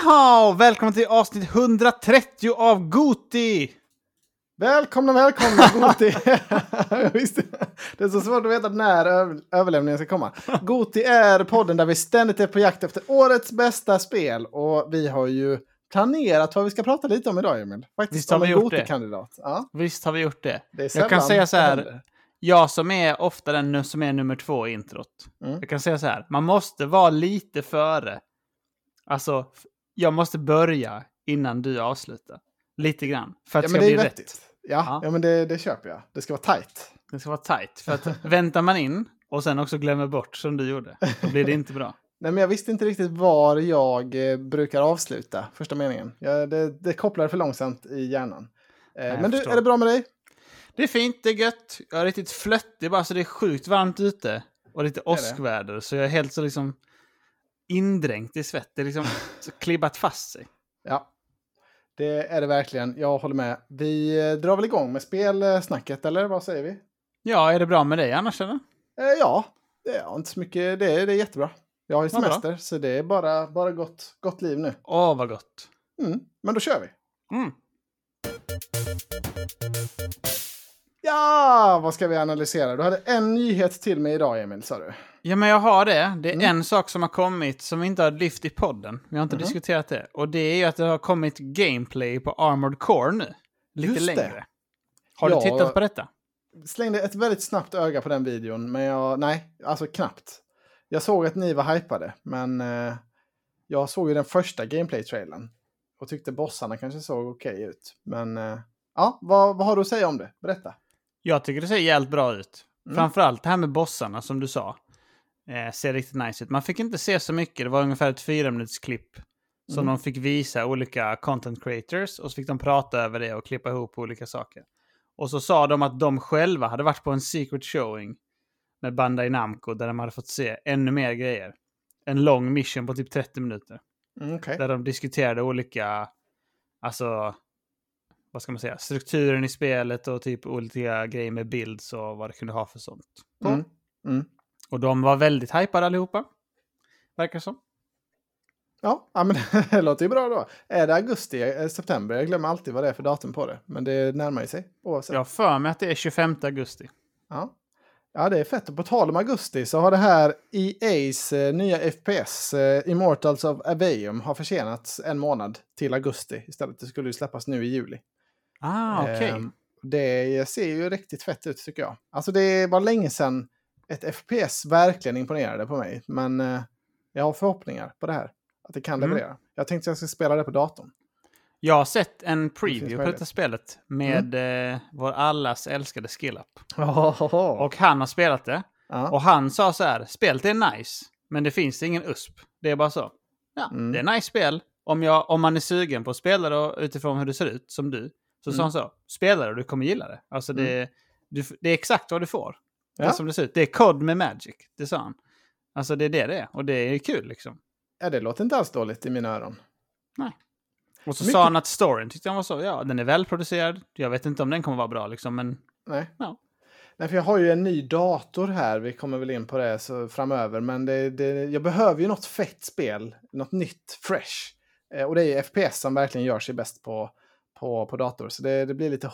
Jaha, välkommen till avsnitt 130 av Goti! Välkomna Goti! Visst, det är så svårt att veta när överlämningen ska komma. Goti är podden där vi ständigt är på jakt efter årets bästa spel. Och vi har ju planerat vad vi ska prata lite om idag, Emil. Faktiskt. Visst har vi gjort det. Ja. Visst har vi gjort det. Jag kan säga så här, jag som är ofta den som är nummer 2 i introt. Jag kan säga så här, man måste vara lite före. Alltså, jag måste börja innan du avslutar. Lite grann. För att det ska bli rätt. Ja, men det köper jag. Det ska vara tight. Det ska vara tight. För att väntar man in och sen också glömmer bort som du gjorde, då blir det inte bra. Nej, men jag visste inte riktigt var jag brukar avsluta första meningen. Det kopplar för långsamt i hjärnan. Men du, är det bra med dig? Det är fint, det är gött. Jag är riktigt flöttig bara så det är sjukt varmt ute. Och lite åskväder. Så jag är helt så liksom indränkt i svett. Det är liksom så klibbat fast sig. Ja, det är det verkligen. Jag håller med. Vi drar väl igång med spelsnacket, eller vad säger vi? Ja, är det bra med dig annars, eller? Ja, det är inte så mycket. Det är jättebra. Jag har ju semester, så det är bara gott liv nu. Åh, vad gott. Men då kör vi. Ja, vad ska vi analysera? Du hade en nyhet till mig idag, Emil, sa du. Ja, men jag har det. Det är en sak som har kommit som vi inte har lyft i podden. Vi har inte diskuterat det. Och det är ju att det har kommit gameplay på Armored Core nu. Lite Just längre. Det. Har du tittat på detta? Slängde ett väldigt snabbt öga på den videon, men alltså knappt. Jag såg att ni var hypade, men jag såg ju den första gameplay-trailern och tyckte bossarna kanske såg okej ut. Men vad har du att säga om det? Berätta. Jag tycker det ser jävligt bra ut. Framförallt det här med bossarna som du sa. Ser riktigt nice ut. Man fick inte se så mycket. Det var ungefär ett 4-minuters klipp som de fick visa olika content creators. Och så fick de prata över det och klippa ihop olika saker. Och så sa de att de själva hade varit på en secret showing med Bandai Namco där de hade fått se ännu mer grejer. En lång mission på typ 30 minuter. Okay. Där de diskuterade olika, alltså, vad ska man säga, strukturen i spelet och typ olika grejer med builds och vad det kunde ha för sånt. Och de var väldigt hypade allihopa. Verkar som. Ja, men det låter ju bra då. Är det augusti, september? Jag glömmer alltid vad det är för datum på det. Men det närmar ju sig oavsett. Jag har för mig att det är 25 augusti. Ja, det är fett. Och på tal om augusti så har det här EA's nya FPS, Immortals of Aveum, har försenats en månad till augusti. Istället det skulle ju släppas nu i juli. Okej. Det ser ju riktigt fett ut tycker jag. Alltså det var länge sedan ett FPS verkligen imponerade på mig. Men jag har förhoppningar på det här. Att det kan leverera. Jag tänkte att jag ska spela det på datorn. Jag har sett en preview på detta spelet med vår allas älskade Skillup. Och han har spelat det. Och han sa så här, spelet är nice, men det finns ingen USP. Det är bara så. Ja, det är nice spel. Om man är sugen på att spela det utifrån hur det ser ut, som du. Så sa han så, spela det och du kommer gilla det. Alltså det är exakt vad du får. Det är som det ser ut. Det är COD med Magic, det sa han. Alltså det är det är. Och det är kul liksom. Ja, det låter inte alls dåligt i mina öron. Nej. Och så sa han att storyn tyckte han var så, den är välproducerad. Jag vet inte om den kommer vara bra liksom, men... Nej, för jag har ju en ny dator här. Vi kommer väl in på det så framöver. Men jag behöver ju något fett spel. Något nytt, fresh. Och det är ju FPS som verkligen gör sig bäst på dator. Så det blir lite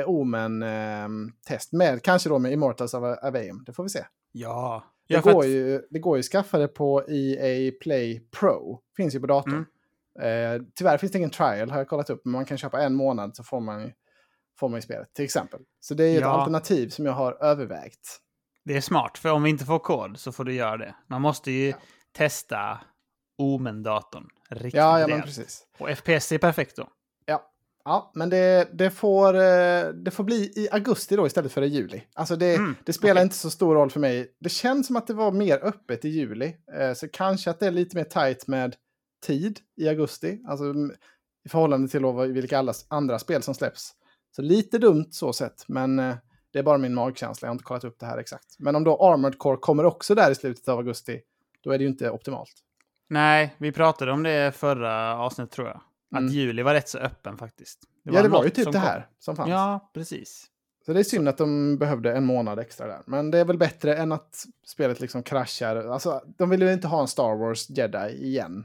HP-Omen-test med, kanske då med Immortals of Aveum. Det får vi se. Ja. Det går ju att skaffa det på EA Play Pro. Finns ju på datorn. Tyvärr finns det ingen trial, har jag kollat upp. Men man kan köpa en månad så får man ju spelet, till exempel. Så det är ju ett alternativ som jag har övervägt. Det är smart, för om vi inte får kod så får du göra det. Man måste ju testa Omen-datorn riktigt rejält. Men precis. Och FPS är perfekt då. Ja, men det får bli i augusti då istället för i juli. Alltså det spelar inte så stor roll för mig. Det känns som att det var mer öppet i juli. Så kanske att det är lite mer tight med tid i augusti. Alltså i förhållande till vilka andra spel som släpps. Så lite dumt så sett. Men det är bara min magkänsla. Jag har inte kollat upp det här exakt. Men om då Armored Core kommer också där i slutet av augusti. Då är det ju inte optimalt. Nej, vi pratade om det förra avsnittet tror jag. Att juli var rätt så öppen faktiskt. Det var ju typ det här som fanns. Ja, precis. Så det är synd att de behövde en månad extra där. Men det är väl bättre än att spelet liksom kraschar. Alltså, de vill ju inte ha en Star Wars Jedi igen.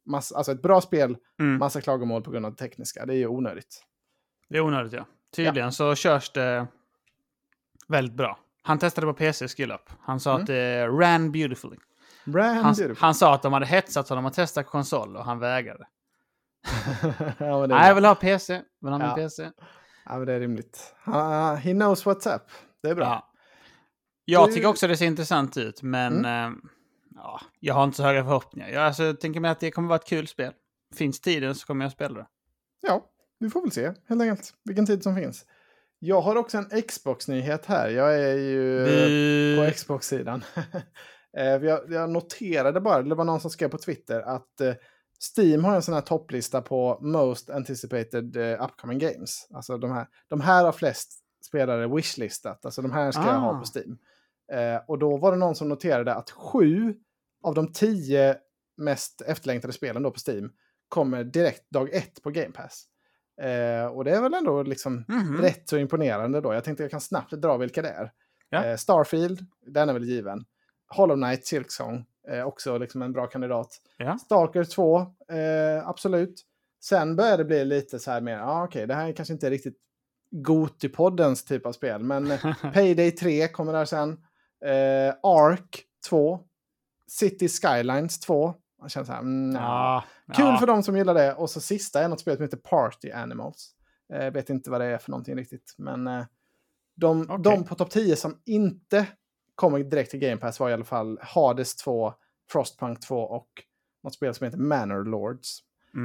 alltså ett bra spel, massa klagomål på grund av det tekniska. Det är ju onödigt. Det är onödigt, ja. Tydligen så körs det väldigt bra. Han testade på PC Skill-Up. Han sa att det ran beautifully. Han sa att de hade hetsat honom att testa konsol och han vägrade. Jag vill ha PC. PC. Ja, men det är rimligt. He knows what's up. Det är bra. Ja. Jag tycker också det ser intressant ut, men jag har inte så höga förhoppningar. Jag tänker mig att det kommer vara ett kul spel. Finns tiden så kommer jag spela det. Ja, vi får väl se helt enkelt vilken tid som finns. Jag har också en Xbox-nyhet här. Jag är ju på Xbox-sidan. Jag noterade bara, det var någon som skrev på Twitter att Steam har en sån här topplista på Most Anticipated Upcoming Games. Alltså de här har flest spelare wishlistat. Alltså de här ska jag ha på Steam. Och då var det någon som noterade att 7 av de 10 mest efterlängtade spelen då på Steam kommer direkt dag 1 på Game Pass. Och det är väl ändå liksom rätt så imponerande då. Jag tänkte jag kan snabbt dra vilka det är. Ja. Starfield, den är väl given. Hollow Knight, Silksong, också liksom en bra kandidat. Ja. Stalker 2, absolut. Sen börjar det bli lite så här mer, okej, det här är kanske inte riktigt Gotipoddens typ av spel, men Payday 3 kommer där sen. Ark 2, City Skylines 2. Man känner så här, kul för de som gillar det. Och så sista är något spel som heter Party Animals. Vet inte vad det är för någonting riktigt. Men de på topp 10 som inte kommer direkt till Game Pass var i alla fall Hades 2, Frostpunk 2 och något spel som heter Manor Lords.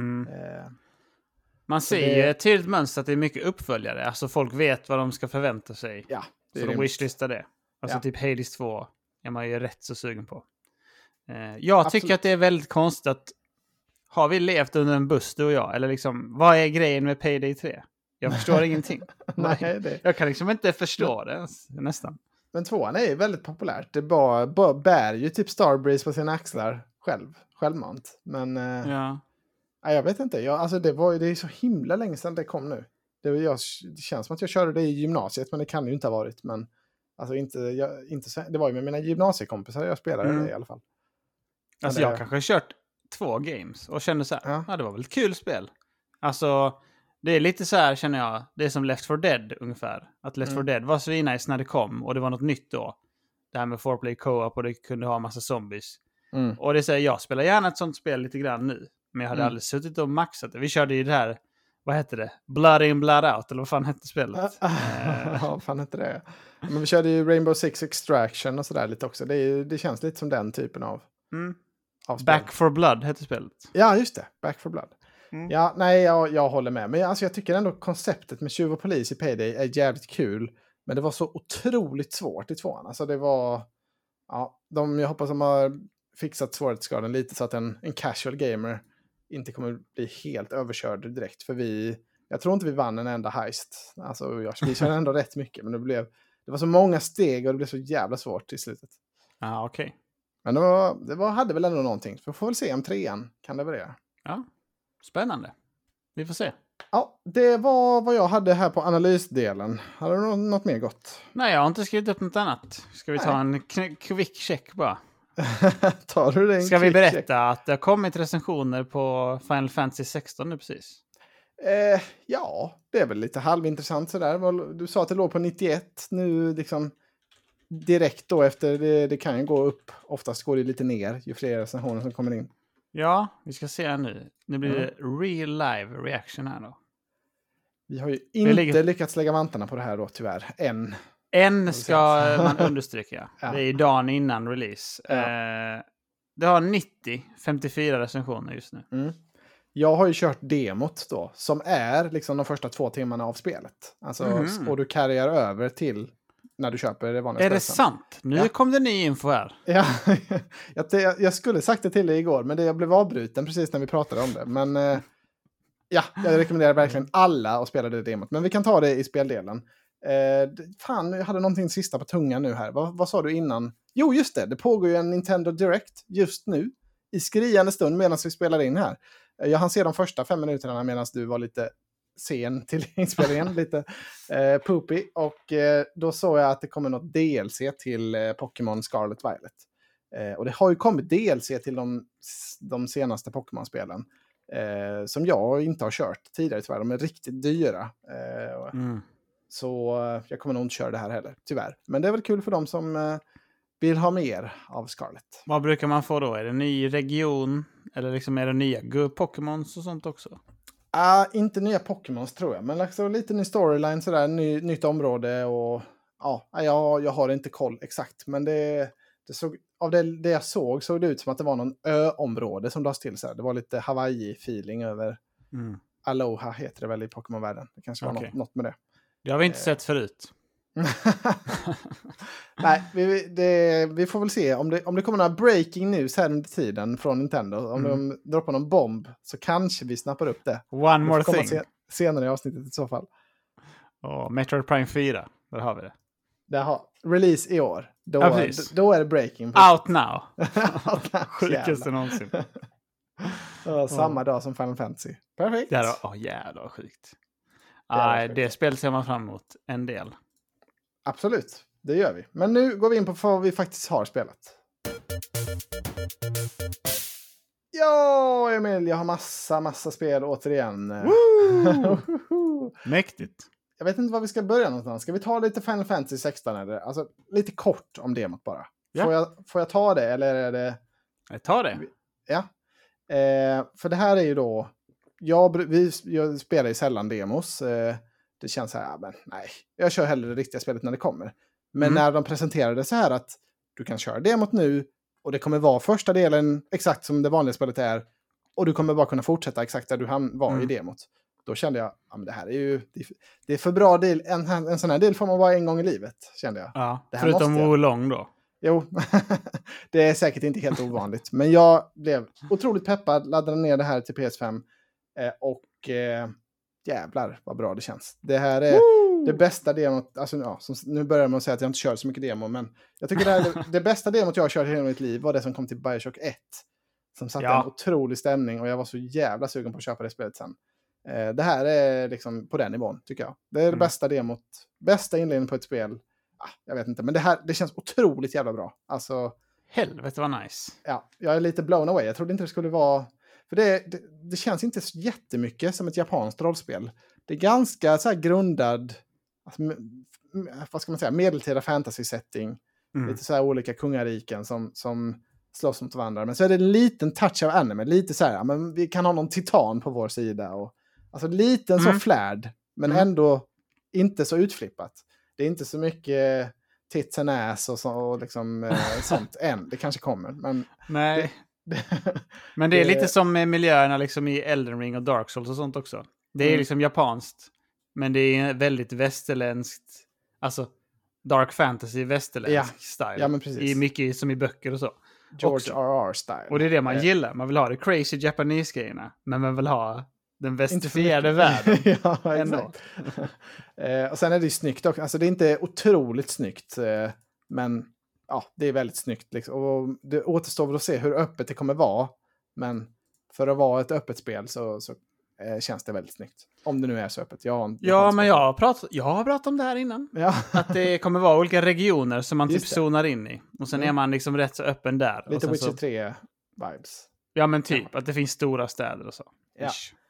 Man ser ju ett tydligt mönster att det är mycket uppföljare. Alltså folk vet vad de ska förvänta sig. Ja, så de wishlistar det. Alltså typ Hades 2 är man ju rätt så sugen på. Jag tycker att det är väldigt konstigt att har vi levt under en buss, du och jag? Eller liksom, vad är grejen med Payday 3? Jag förstår ingenting. Jag kan liksom inte förstå det ens, nästan. Men 2:an är ju väldigt populärt. Det bara bär ju typ Starbreeze på sina axlar självmant. Men jag vet inte. Alltså det är så himla länge sedan det kom nu. Det känns som att jag körde det i gymnasiet, men det kan ju inte ha varit. Men alltså det var ju med mina gymnasiekompisar jag spelade det i alla fall. Alltså jag kanske har kört 2 games och kände så här, det var väl ett kul spel. Alltså det är lite så här, känner jag, det är som Left 4 Dead ungefär. Att Left 4 Dead var så nice när det kom och det var något nytt då. Det här med 4-play co-op och det kunde ha massa zombies. Och det säger jag spelar gärna ett sånt spel lite grann nu. Men jag hade aldrig suttit och maxat det. Vi körde ju det här, vad hette det? Blood in, Blood out, eller vad fan hette spelet? Vad fan hette det? Men vi körde ju Rainbow Six Extraction och sådär lite också. Det känns lite som den typen av Back 4 Blood hette spelet. Ja, just det. Back 4 Blood. Ja, nej, jag håller med. Men jag tycker ändå konceptet med tjuv och polis i Payday är jävligt kul. Men det var så otroligt svårt i 2:an. Alltså det var... Ja, jag hoppas de har fixat svårighetsgraden lite så att en casual gamer inte kommer bli helt överkörd direkt. För jag tror inte vi vann en enda heist. Alltså vi körde ändå rätt mycket. Men det var så många steg och det blev så jävla svårt i slutet. Okej. Men det hade väl ändå någonting. Så vi får väl se om 3:an kan leverera. Ja, spännande. Vi får se. Ja, det var vad jag hade här på analysdelen. Har du något mer gott? Nej, jag har inte skrivit upp något annat. Ska vi ta en quick check bara? Tar du det? Ska vi berätta att det har kommit recensioner på Final Fantasy 16 nu precis? Ja, det är väl lite halvintressant sådär. Du sa att det låg på 91. Nu liksom direkt då efter, det kan ju gå upp. Oftast går det lite ner ju fler recensioner som kommer in. Ja, vi ska se här nu. Nu blir det real live reaction här då. Vi har ju inte lyckats lägga vantarna på det här då, tyvärr. Än ska man understryka. Ja. Det är dagen innan release. Ja. Det har 54 recensioner just nu. Jag har ju kört demot då, som är liksom de första 2 timmarna av spelet. Alltså, och du karriär över till när du köper det vanliga. Är det sant? Nu kom det ny info här. Ja, jag skulle sagt det till dig igår, men jag blev avbruten precis när vi pratade om det. Men jag rekommenderar verkligen alla att spela det demot. Men vi kan ta det i speldelen. Fan, jag hade någonting sista på tungan nu här. Vad sa du innan? Jo, just det. Det pågår ju en Nintendo Direct just nu. I skriande stund medan vi spelar in här. Jag hann se de första 5 minuterna medan du var lite sen till inspelningen. Lite poopy. Och då såg jag att det kommer något DLC till Pokémon Scarlet Violet. Och det har ju kommit DLC till de senaste Pokémon-spelen. Som jag inte har kört tidigare tyvärr. De är riktigt dyra. Så jag kommer nog inte köra det här heller, tyvärr. Men det är väl kul för dem som vill ha mer av Scarlet. Vad brukar man få då? Är det ny region? Eller liksom är det nya Pokémons och sånt också? Inte nya Pokémons tror jag. Men liksom lite ny storyline, sådär, nytt område. Och jag har inte koll exakt. Men det såg, av det jag såg det ut som att det var någon öområde som lades till. Så här. Det var lite Hawaii-feeling över Aloha heter det väl i Pokémon-världen. Det kanske var något med det. Det har vi inte sett förut. Nej, vi får väl se om det kommer några breaking news här under tiden från Nintendo. Om de droppar någon bomb så kanske vi snappar upp det. One more thing. Senare i avsnittet i så fall. Metroid Prime 4, där har vi det. Det har release i år. Då är det breaking. Out now. Sjukaste någonsin. Samma dag som Final Fantasy. Perfekt. Jävlar sjukt. Det spelet ser man fram emot en del. Absolut, det gör vi. Men nu går vi in på vad vi faktiskt har spelat. Ja, Emil, jag har massa spel återigen. Mäktigt. Jag vet inte var vi ska börja någonstans. Ska vi ta lite Final Fantasy 16 eller? Alltså, lite kort om demot bara. Ja. Får jag ta det eller är det... Jag tar det. Ja. För det här är ju då... Jag spelar ju sällan demos. Det känns så här, men nej. Jag kör hellre det riktiga spelet när det kommer. Men när de presenterade så här att du kan köra demot nu och det kommer vara första delen exakt som det vanliga spelet är och du kommer bara kunna fortsätta exakt där du var i demot. Då kände jag, men det här är ju det är för bra deal. En sån här del får man bara en gång i livet, kände jag. Ja, det här förutom Wolong då. Jo, det är säkert inte helt ovanligt. Men jag blev otroligt peppad, laddade ner det här till PS5 och jävlar vad bra det känns. Det här är det bästa demot, alltså nu börjar jag med att säga att jag inte kör så mycket demo, men jag tycker det här är det bästa demot jag har kört i hela mitt liv var det som kom till Bioshock 1. Som satte en otrolig stämning och jag var så jävla sugen på att köpa det spelet sen. Det här är liksom på den nivån, tycker jag. Det är det bästa demot, bästa inledningen på ett spel. Jag vet inte, men det känns otroligt jävla bra. Alltså, helvete vad nice. Ja, jag är lite blown away. Jag trodde inte det skulle vara... För det känns inte så jättemycket som ett japanskt rollspel. Det är ganska så här grundad, alltså, vad ska man säga, medeltida fantasy-setting. Lite så här olika kungariken som slåss mot varandra. Men så är det en liten touch av anime. Lite så här, men vi kan ha någon titan på vår sida. Och, alltså liten så flärd, men ändå inte så utflippat. Det är inte så mycket tits and ass och liksom, sånt än. Det kanske kommer. Men nej. Men det är lite som med miljöerna liksom i Elden Ring och Dark Souls och sånt också. Det är liksom japanskt. Men det är väldigt västerländskt. Alltså dark fantasy västerländsk style. Ja, men precis. Mycket som i böcker och så. George R.R. style. Och det är det man gillar. Man vill ha det crazy Japanese-grejerna. Men man vill ha den västerfierade världen. Ja, exakt. Och sen är det ju snyggt också. Alltså det är inte otroligt snyggt. Men ja, det är väldigt snyggt. Liksom. Och det återstår väl att se hur öppet det kommer vara. Men för att vara ett öppet spel så känns det väldigt snyggt. Om det nu är så öppet. Jag har pratat om det här innan. Ja. Att det kommer vara olika regioner som man typ zonar in i. Och sen är man liksom rätt så öppen där. Lite Witcher 3-vibes. Ja, men typ. Att det finns stora städer och så. Ja.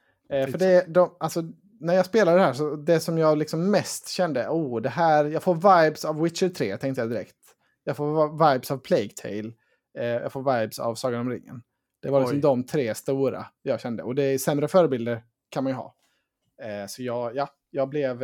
För alltså, när jag spelade det här så det som jag liksom mest kände, det här, jag får vibes av Witcher 3, tänkte jag direkt. Jag får vibes av Plague Tale. Jag får vibes av Sagan om ringen. Det var liksom de tre stora jag kände. Och det är sämre förebilder kan man ju ha. Så jag blev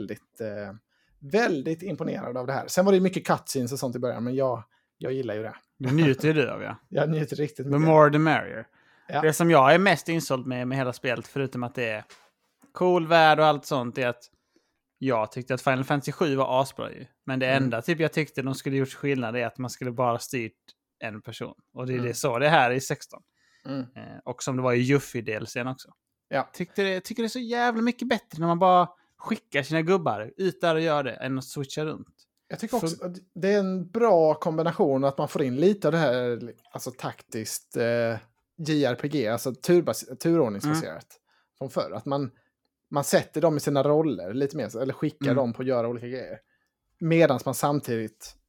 väldigt imponerad av det här. Sen var det mycket cutscenes och sånt i början, men jag gillar ju det. Du njuter ju av, ja. Jag njuter riktigt mycket. The more the merrier. Ja. Det som jag är mest insåld med hela spelet, förutom att det är cool värld och allt sånt, är att jag tyckte att Final Fantasy 7 var asbra ju. Men det enda typ jag tyckte de skulle gjort skillnad är att man skulle bara styrt en person. Och det är det så det här i 16. Och som det var i Yuffie-delsen också. Ja. Tycker det är så jävla mycket bättre när man bara skickar sina gubbar ut där och gör det än att switcha runt. Jag tycker också att det är en bra kombination att man får in lite av det här alltså taktiskt JRPG, alltså turordningsbaserat från förr. Att man sätter dem i sina roller lite mer, eller skickar dem på att göra olika grejer. Medan man samtidigt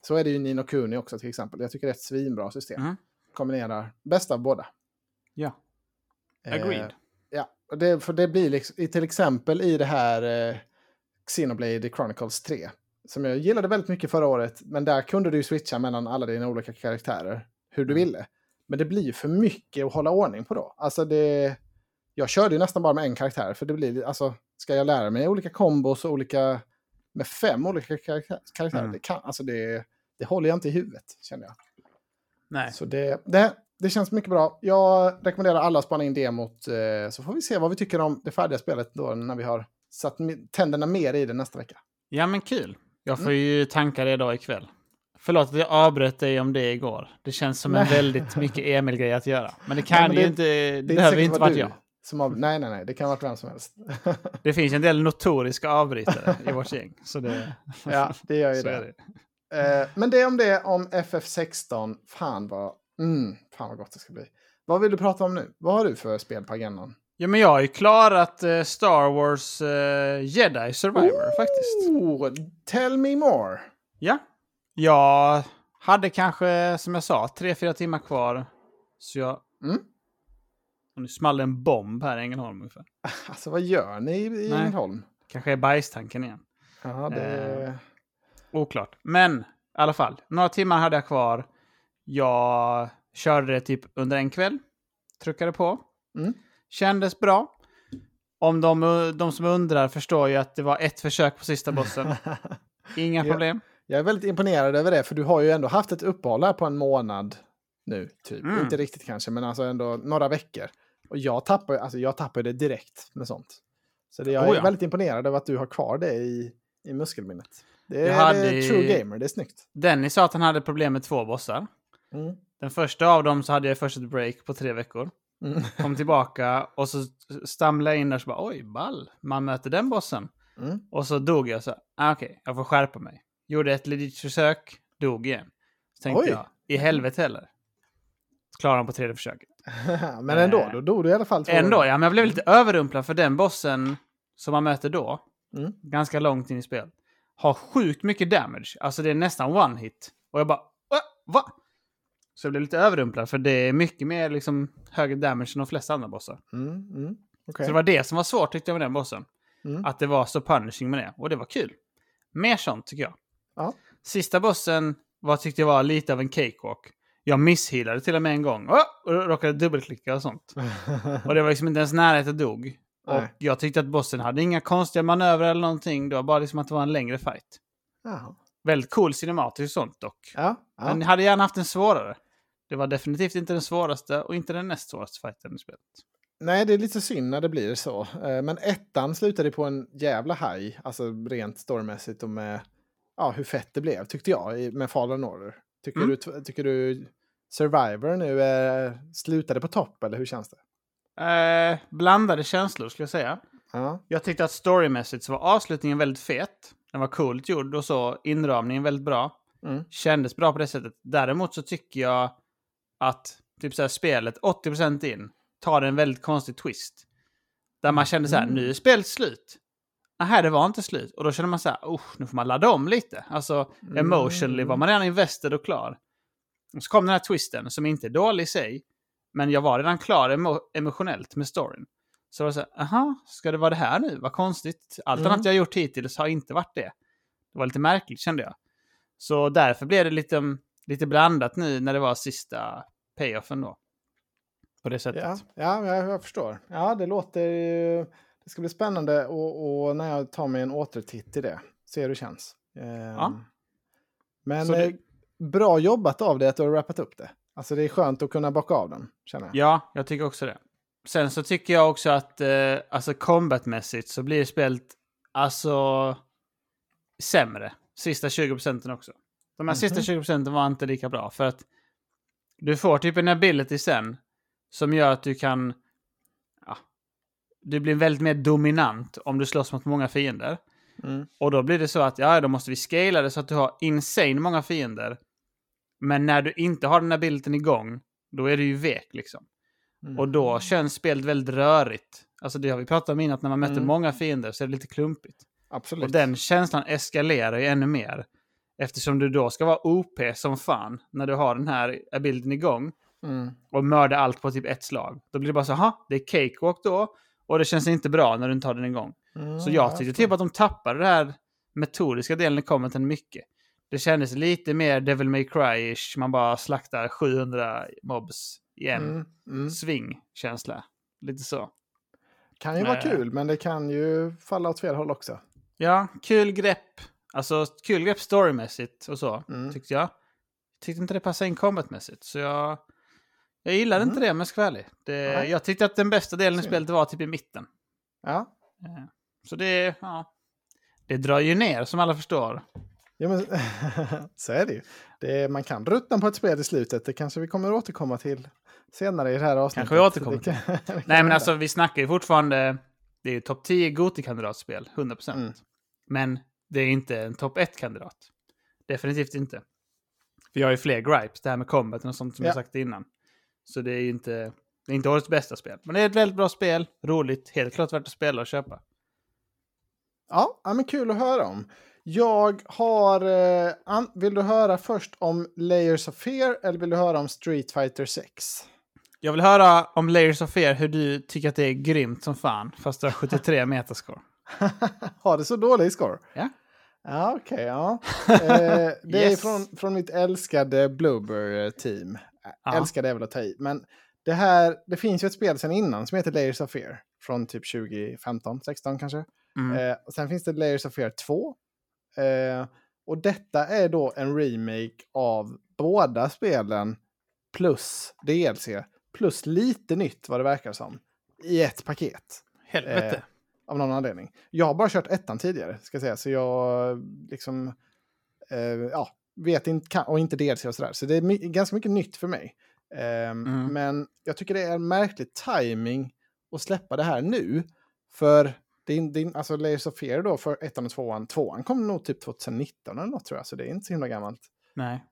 Så är det ju Ni no Kuni också till exempel. Jag tycker det är ett svinbra system. Kombinerar bäst av båda. Ja. Agreed. Ja, för det blir liksom, till exempel i det här Xenoblade Chronicles 3. Som jag gillade väldigt mycket förra året. Men där kunde du switcha mellan alla dina olika karaktärer. Hur du ville. Men det blir ju för mycket att hålla ordning på då. Alltså jag körde ju nästan bara med en karaktär. För det blir, alltså, ska jag lära mig olika kombos och olika... Med 5 olika karaktärer. Det håller jag inte i huvudet, känner jag. Nej. Så det känns mycket bra. Jag rekommenderar alla att spana in demot. Så får vi se vad vi tycker om det färdiga spelet då. När vi har satt tänderna mer i det nästa vecka. Ja, men kul. Jag får ju tanka det idag ikväll. Förlåt att jag avbröt dig om det igår. Det känns som en väldigt mycket Emil-grej att göra. Men det kan ju inte... Det behöver inte varit jag. Nej, det kan vara vem som helst. Det finns en del notoriska avbrytare i vårt gäng. Så ja, det gör ju det. Men det om FF16. Fan vad gott det ska bli. Vad vill du prata om nu? Vad har du för spel på agendan? Ja, men jag har ju klarat Star Wars Jedi Survivor faktiskt. Tell me more. Ja. Jag hade kanske, som jag sa, 3-4 timmar kvar. Så jag... Och nu small en bomb här i Ängelholm ungefär. Alltså vad gör ni i Ängelholm? Kanske är bajstanken igen. Ja, det... Oklart. Men i alla fall, några timmar hade jag kvar. Jag körde det typ under en kväll. Tryckade på. Kändes bra. Om de som undrar förstår ju att det var ett försök på sista bossen. Inga problem. Jag är väldigt imponerad över det. För du har ju ändå haft ett uppehåll här på en månad nu. Typ. Inte riktigt kanske, men alltså ändå några veckor. Och jag tappar det direkt med sånt. Så jag är väldigt imponerad över att du har kvar det i muskelminnet. Det är true gamer, det är snyggt. Dennis sa att han hade problem med 2 bossar. Den första av dem så hade jag först ett break på 3 veckor. Kom tillbaka och så stamlade jag in där och så bara, oj, ball. Man möter den bossen. Och så dog jag så, okej, jag får skärpa mig. Gjorde ett legit försök, dog igen. Så tänkte jag, i helvete heller. Klarade han på 3:e försöket. Men ändå, då dog du i alla fall 2 gånger. Ändå, ja, men jag blev lite överrumplad för den bossen som man möter då, ganska långt in i spel, har sjukt mycket damage. Alltså det är nästan one hit. Och jag bara, va? Så jag blev lite överrumplad för det är mycket mer liksom högre damage än de flesta andra bossar. Okay. Så det var det som var svårt tyckte jag med den bossen. Att det var så punishing med det. Och det var kul. Mer sånt tycker jag. Ja. Sista bossen tyckte jag var lite av en cakewalk. Jag misshealade till och med en gång. Och råkade dubbelklicka och sånt. Och det var liksom inte ens nära att jag dog. Och jag tyckte att bossen hade inga konstiga manövrar eller någonting. Det var bara liksom att det var en längre fight. Jaha. Väldigt cool cinematisk sånt dock. Ja. Men jag hade gärna haft en svårare. Det var definitivt inte den svåraste och inte den näst svåraste fighten i spelet. Nej, det är lite synd när det blir så. Men 1:an slutade på en jävla high. Alltså rent storymässigt och med hur fett det blev, tyckte jag, med Fallen Order. Tycker du Survivor nu slutade på topp, eller hur känns det? Blandade känslor skulle jag säga. Jag tyckte att storymässigt så var avslutningen väldigt fet. Den var coolt gjord och så inramningen väldigt bra. Kändes bra på det sättet. Däremot så tycker jag att typ så här, spelet 80% in tar en väldigt konstig twist. Där man kände så här, nu är spelet slut. Nej, det var inte slut. Och då känner man så här, nu får man ladda om lite. Alltså emotionally var man redan invested och klar. Och så kom den här twisten som inte är dålig i sig. Men jag var redan klar emotionellt med storyn. Så det var så här, ska det vara det här nu? Vad konstigt. Allt annat jag gjort hittills har inte varit det. Det var lite märkligt kände jag. Så därför blev det lite blandat nu när det var sista payoffen då. På det sättet. Ja, jag förstår. Ja, det låter... Det ska bli spännande och när jag tar mig en återtitt i det. Se hur det känns. Men bra jobbat av det att du har rappat upp det. Alltså det är skönt att kunna bocka av den, känner jag. Ja, jag tycker också det. Sen så tycker jag också att alltså combatmässigt så blir spelet alltså sämre. Sista 20% också. De här sista 20% var inte lika bra. För att du får typ en ability sen som gör att du kan... Du blir väldigt mer dominant om du slåss mot många fiender. Och då blir det så att då måste vi scala det så att du har insane många fiender. Men när du inte har den här bilden igång, då är du ju vek liksom. Och då känns spelet väldigt rörigt. Alltså det har vi pratat om innan, att när man möter många fiender så är det lite klumpigt. Absolut. Och den känslan eskalerar ju ännu mer Eftersom du då ska vara OP som fan när du har den här abilityn igång. Och mörda allt på typ ett slag. Då blir det bara så, det är cakewalk då. Och det känns inte bra när du inte har den igång. Så jag tyckte typ att de tappade det här metodiska delen i commenten mycket. Det kändes lite mer Devil May Cry-ish. Man bara slaktar 700 mobs i en sving-känsla. Lite så. Kan ju vara kul, men det kan ju falla åt fel håll också. Ja, kul grepp. Alltså kul grepp storymässigt och så, tyckte jag. Tyckte inte det passade in combatmässigt. Så jag gillade inte det, men jag ska vara ärlig. Jag tyckte att den bästa delen i spelet var typ i mitten. Ja. Så det drar ju ner, som alla förstår. Ja, men så är det ju. Man kan ruttna på ett spel i slutet. Det kanske vi kommer att återkomma till senare i det här avsnittet. Kanske vi återkommer till. Nej, men alltså vi snackar ju fortfarande... Det är ju topp 10 GOTY-kandidatspel, 100%. Men det är inte en topp 1-kandidat. Definitivt inte. Vi har ju fler gripes, det här med combaten och sånt som jag sagt innan. Så det är ju inte årets bästa spel. Men det är ett väldigt bra spel, roligt, helt klart värt att spela och köpa. Ja, men kul att höra om. Jag har... vill du höra först om Layers of Fear eller vill du höra om Street Fighter 6? Jag vill höra om Layers of Fear, hur du tycker att det är grymt som fan, fast du har 73 metascore. Har det så dålig score? Ja. Ja, okej, ja. Det är från mitt älskade Bloober-team. Älskade är väl att ta i. Men det finns ju ett spel sedan innan som heter Layers of Fear. Från typ 2015, 16 kanske. Och sen finns det Layers of Fear 2. Och detta är då en remake av båda spelen plus DLC. Plus lite nytt vad det verkar som. I ett paket. Helvete. Av någon anledning. Jag har bara kört ettan tidigare, ska jag säga. Så jag liksom vet inte, och inte DLC och sådär. Så det är ganska mycket nytt för mig. Men jag tycker det är en märklig timing att släppa det här nu. För alltså Layers of Fear då för ettan och tvåan. Tvåan kom nog typ 2019 eller något tror jag. Så det är inte så himla gammalt. Nej.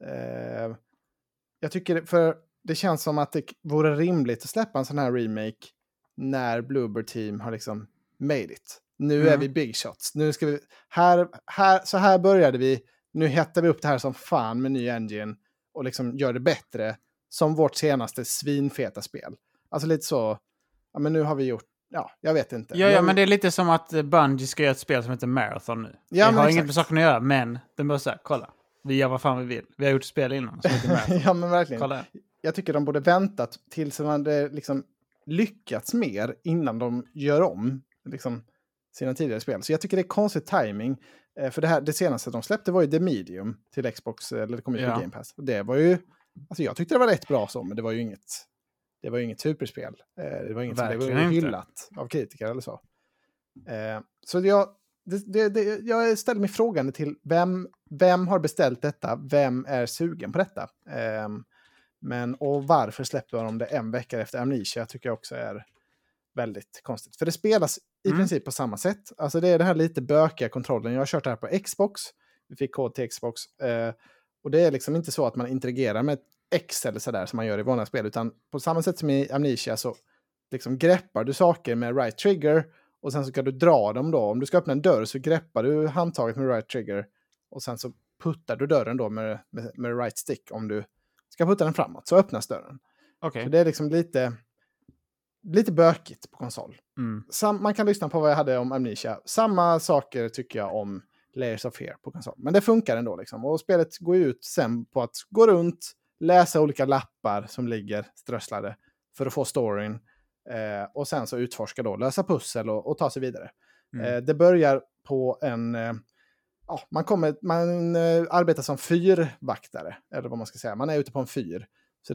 Jag tycker för det känns som att det vore rimligt att släppa en sån här remake när Bloober Team har liksom made it. Nu är vi big shots. Nu ska vi så här började vi. Nu hettar vi upp det här som fan med ny engine och liksom gör det bättre som vårt senaste svinfeta spel. Alltså lite så, ja men nu har vi gjort, jag vet inte. Ja, men det är lite som att Bungie ska göra ett spel som heter Marathon nu. Ja, vi har inget med saken att göra, men den bara säga, kolla. Vi gör vad fan vi vill. Vi har gjort spel innan som heter Marathon. Ja, men verkligen. Kolla. Jag tycker de borde väntat tills man hade liksom lyckats mer innan de gör om liksom sina tidigare spel. Så jag tycker det är konstig timing. För det senaste de släppte var ju The Medium till Xbox, eller det kom ju på Game Pass. Och det var ju, alltså jag tyckte det var rätt bra så, men det var ju inget superspel. Det var inget som blev hyllat av kritiker eller så. Så jag ställer mig frågande till vem har beställt detta? Vem är sugen på detta? Och varför släpper de det en vecka efter Amnesia tycker jag också är väldigt konstigt. För det spelas i princip på samma sätt. Alltså det är den här lite bökiga kontrollen. Jag har kört det här på Xbox. Vi fick kod till Xbox. Och det är liksom inte så att man interagerar med X eller sådär som man gör i vanliga spel. Utan på samma sätt som i Amnesia så liksom greppar du saker med right trigger. Och sen så kan du dra dem då. Om du ska öppna en dörr så greppar du handtaget med right trigger. Och sen så puttar du dörren då med right stick om du ska putta den framåt. Så öppnas dörren. Okay. Så det är liksom lite bökigt på konsol. Man kan lyssna på vad jag hade om Amnesia. Samma saker tycker jag om Layers of Fear på konsol. Men det funkar ändå liksom. Och spelet går ut sen på att gå runt, läsa olika lappar som ligger strösslade för att få storyn. Och sen så utforska då, lösa pussel och ta sig vidare. Det börjar på en... man arbetar som fyrvaktare. Eller vad man ska säga. Man är ute på en fyr. Så det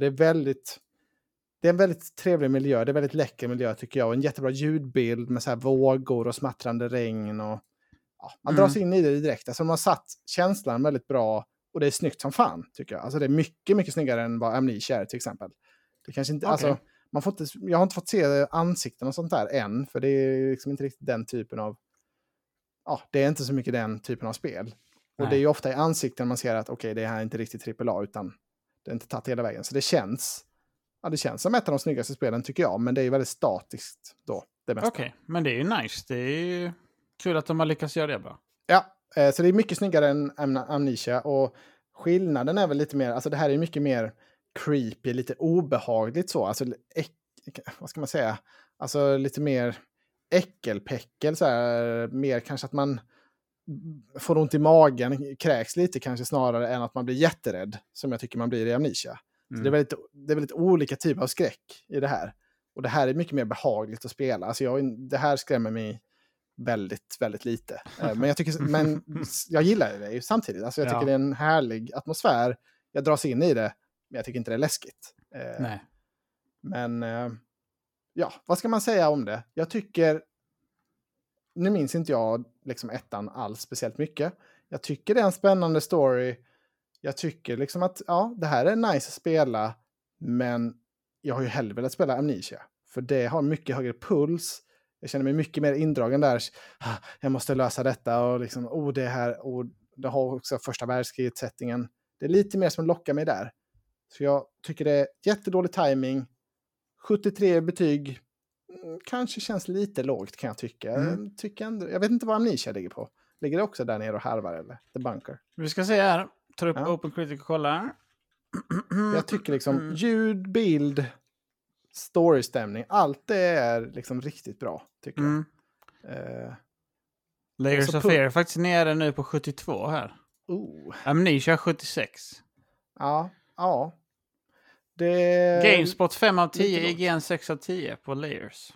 är en väldigt trevlig miljö. Det är en väldigt läcker miljö tycker jag. Och en jättebra ljudbild med så här vågor och smattrande regn. Och, man dras in i det direkt. Alltså de har satt känslan väldigt bra. Och det är snyggt som fan tycker jag. Alltså det är mycket, mycket snyggare än vad Amnesia är till exempel. Det kanske inte... Okay. Alltså, jag har inte fått se ansikten och sånt där än. För det är liksom inte riktigt den typen av... det är inte så mycket den typen av spel. Nej. Och det är ju ofta i ansikten man ser att okej, det här är inte riktigt AAA utan det är inte tagit hela vägen. Så det känns som ett av de snyggaste spelen tycker jag. Men det är ju väldigt statiskt då. Det mesta. Okej, men det är ju nice. Det är ju kul att de har lyckats göra det bra. Ja, Så det är mycket snyggare än Amnesia. Och skillnaden är väl lite mer, alltså det här är mycket mer creepy, lite obehagligt så. Alltså, vad ska man säga? Alltså lite mer äckelpäckel så här. Mer kanske att man får ont i magen, kräks lite kanske snarare än att man blir jätterädd. Som jag tycker man blir i Amnesia. Så det är väldigt olika typer av skräck i det här. Och det här är mycket mer behagligt att spela. Alltså det här skrämmer mig väldigt, väldigt lite. Men jag gillar det ju samtidigt. Alltså jag tycker det är en härlig atmosfär. Jag dras in i det, men jag tycker inte det är läskigt. Nej. Men vad ska man säga om det? Jag tycker, nu minns inte jag liksom ettan alls speciellt mycket. Jag tycker det är en spännande story. Jag tycker liksom att det här är nice att spela, men jag har ju hellre velat spela Amnesia. För det har mycket högre puls. Jag känner mig mycket mer indragen där. Jag måste lösa detta och liksom, det här. Och det har också första världskriget-settingen. Det är lite mer som lockar mig där. Så jag tycker det är jättedålig timing. 73 betyg. Kanske känns lite lågt kan jag tycka. Jag vet inte vad Amnesia ligger på. Ligger det också där nere och harvar eller? The Bunker. Vi ska se här. Tar upp Open Critic och kollar. Jag tycker liksom ljud, bild, storystämning. Allt det är liksom riktigt bra tycker jag. Layers of Fear är faktiskt nere nu på 72 här. Amnesia 76. Ja. GameSpot 5 av 10, IGN 6 av 10 på Layers.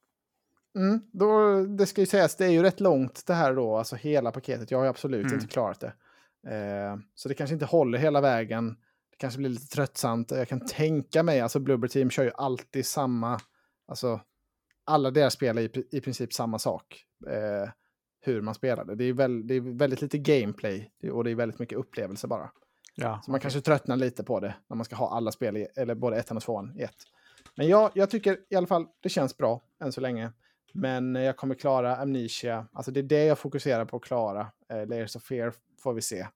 Det ska ju sägas, det är ju rätt långt det här då, alltså hela paketet. Jag har ju absolut inte klarat det. Så det kanske inte håller hela vägen. Det kanske blir lite tröttsamt. Jag kan tänka mig, alltså Bloober Team kör ju alltid samma, alltså alla deras spel är i princip samma sak. Hur man spelar det. Det är väldigt lite gameplay och det är väldigt mycket upplevelse bara. Ja, så man kanske tröttnar lite på det när man ska ha alla spel eller både ettan och tvåan i ett. Men jag tycker i alla fall det känns bra än så länge. Men jag kommer klara Amnesia. Alltså det är det jag fokuserar på att klara. Layers of Fear får vi se.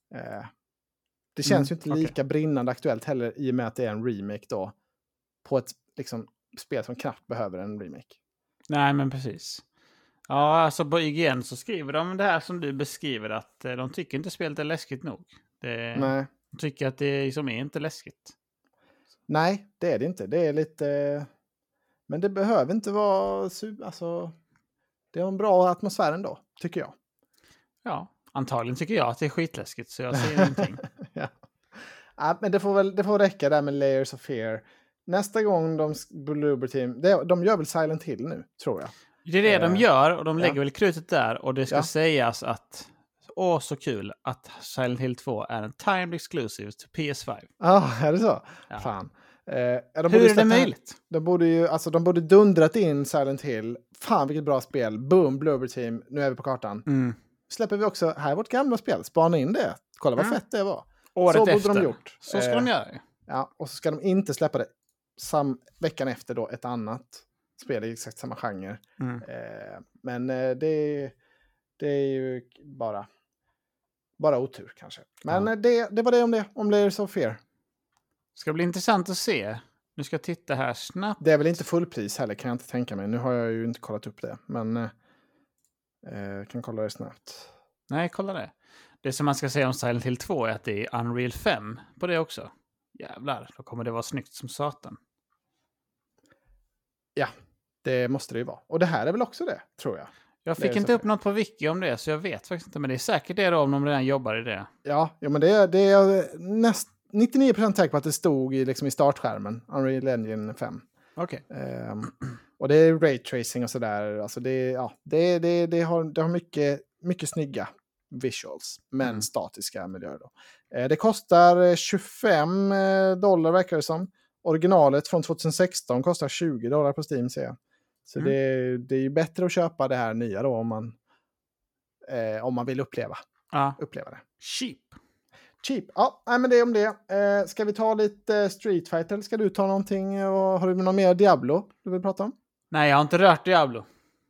Det känns ju inte lika brinnande aktuellt heller i och med att det är en remake då. På ett liksom, spel som knappt behöver en remake. Nej, men precis. Ja, alltså på IGN så skriver de det här som du beskriver att de tycker inte spelet är läskigt nog. Nej. De tycker att det som är inte läskigt. Nej, det är det inte. Det är lite... Men det behöver inte vara... Alltså, det är en bra atmosfär ändå, tycker jag. Ja, antagligen tycker jag att det är skitläskigt så jag ser ingenting. Ja, men det får räcka där med Layers of Fear. Nästa gång Bloober Team... De gör väl Silent Hill nu, tror jag. Det är det de gör och de lägger väl krutet där och det ska sägas att så kul att Silent Hill 2 är en timed exclusive till PS5. Är det så? Ja. Fan. Hur är det möjligt? De borde dundrat in Silent Hill. Fan vilket bra spel. Boom, Bloober Team. Nu är vi på kartan. Släpper vi också här vårt gamla spel. Spana in det. Kolla vad fett det var. Året så efter. Borde de gjort. Så ska de göra. Ja, och så ska de inte släppa det veckan efter då ett annat spel i exakt samma genre. Men det är ju bara otur kanske. Men det var det om det. Om Layers of Fear. Ska bli intressant att se. Nu ska jag titta här snabbt. Det är väl inte fullpris heller kan jag inte tänka mig. Nu har jag ju inte kollat upp det. Men kan kolla det snabbt. Nej, kolla det. Det som man ska säga om Silent Hill 2 är att det är Unreal 5 på det också. Jävlar, då kommer det vara snyggt som satan. Ja, det måste det ju vara. Och det här är väl också det, tror jag. Jag fick inte upp något på wiki om det, så jag vet faktiskt inte. Men det är säkert det då, om de redan jobbar i det. Ja men det är 99% säker på att det stod i startskärmen. Unreal Engine 5. Okej. Och det är raytracing och sådär. Alltså det har mycket snygga visuals. Men statiska miljöer då. Det kostar $25 verkar det som. Originalet från 2016 kostar $20 på Steam ser jag. Så det är ju bättre att köpa det här nya då om man vill uppleva det. Cheap. Ja, men det är om det. Ska vi ta lite Street Fighter eller ska du ta någonting? Och har du något mer Diablo du vill prata om? Nej, jag har inte rört Diablo.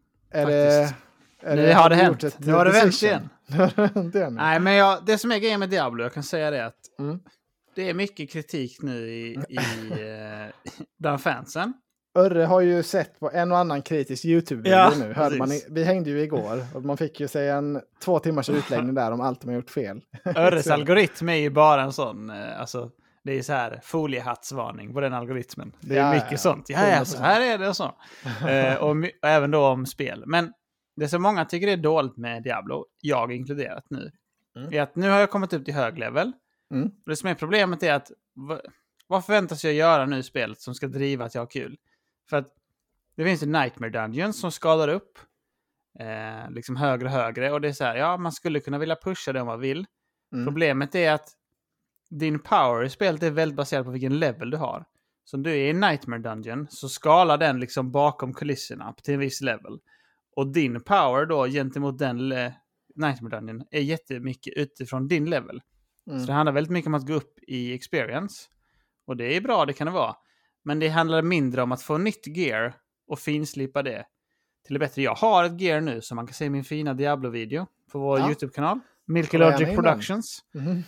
Nu har det hänt. Nu har det vänt igen. Nej, men det som är grejen med Diablo, jag kan säga det att det är mycket kritik nu bland fansen. Örre har ju sett på en och annan kritisk YouTube-video nu. Hörde man, vi hängde ju igår och man fick ju säga en 2 timmars utläggning där om allt de har gjort fel. Örres algoritm är ju bara en sån, alltså det är så här foliehattsvarning på den algoritmen. Det är mycket sånt. Ja, så här är det och så. Och även då om spel. Men det som många tycker är dåligt med Diablo, jag inkluderat nu, är att nu har jag kommit upp till hög level. Det som är problemet är att vad förväntas jag göra nu i spelet som ska driva att jag har kul? För att det finns ju Nightmare Dungeons som skadar upp liksom högre och högre. Och det är så här, ja, man skulle kunna vilja pusha det om man vill. Problemet är att din power i spelet är väldigt baserad på vilken level du har. Så om du är i Nightmare Dungeon så skalar den liksom bakom kulisserna till en viss level. Och din power då gentemot den Nightmare Dungeon är jättemycket utifrån din level. Så det handlar väldigt mycket om att gå upp i experience. Och det är bra, det kan det vara. Men det handlar mindre om att få nytt gear och finslipa det till det bättre. Jag har ett gear nu som man kan se i min fina Diablo-video på vår YouTube-kanal. Milky Logic Productions.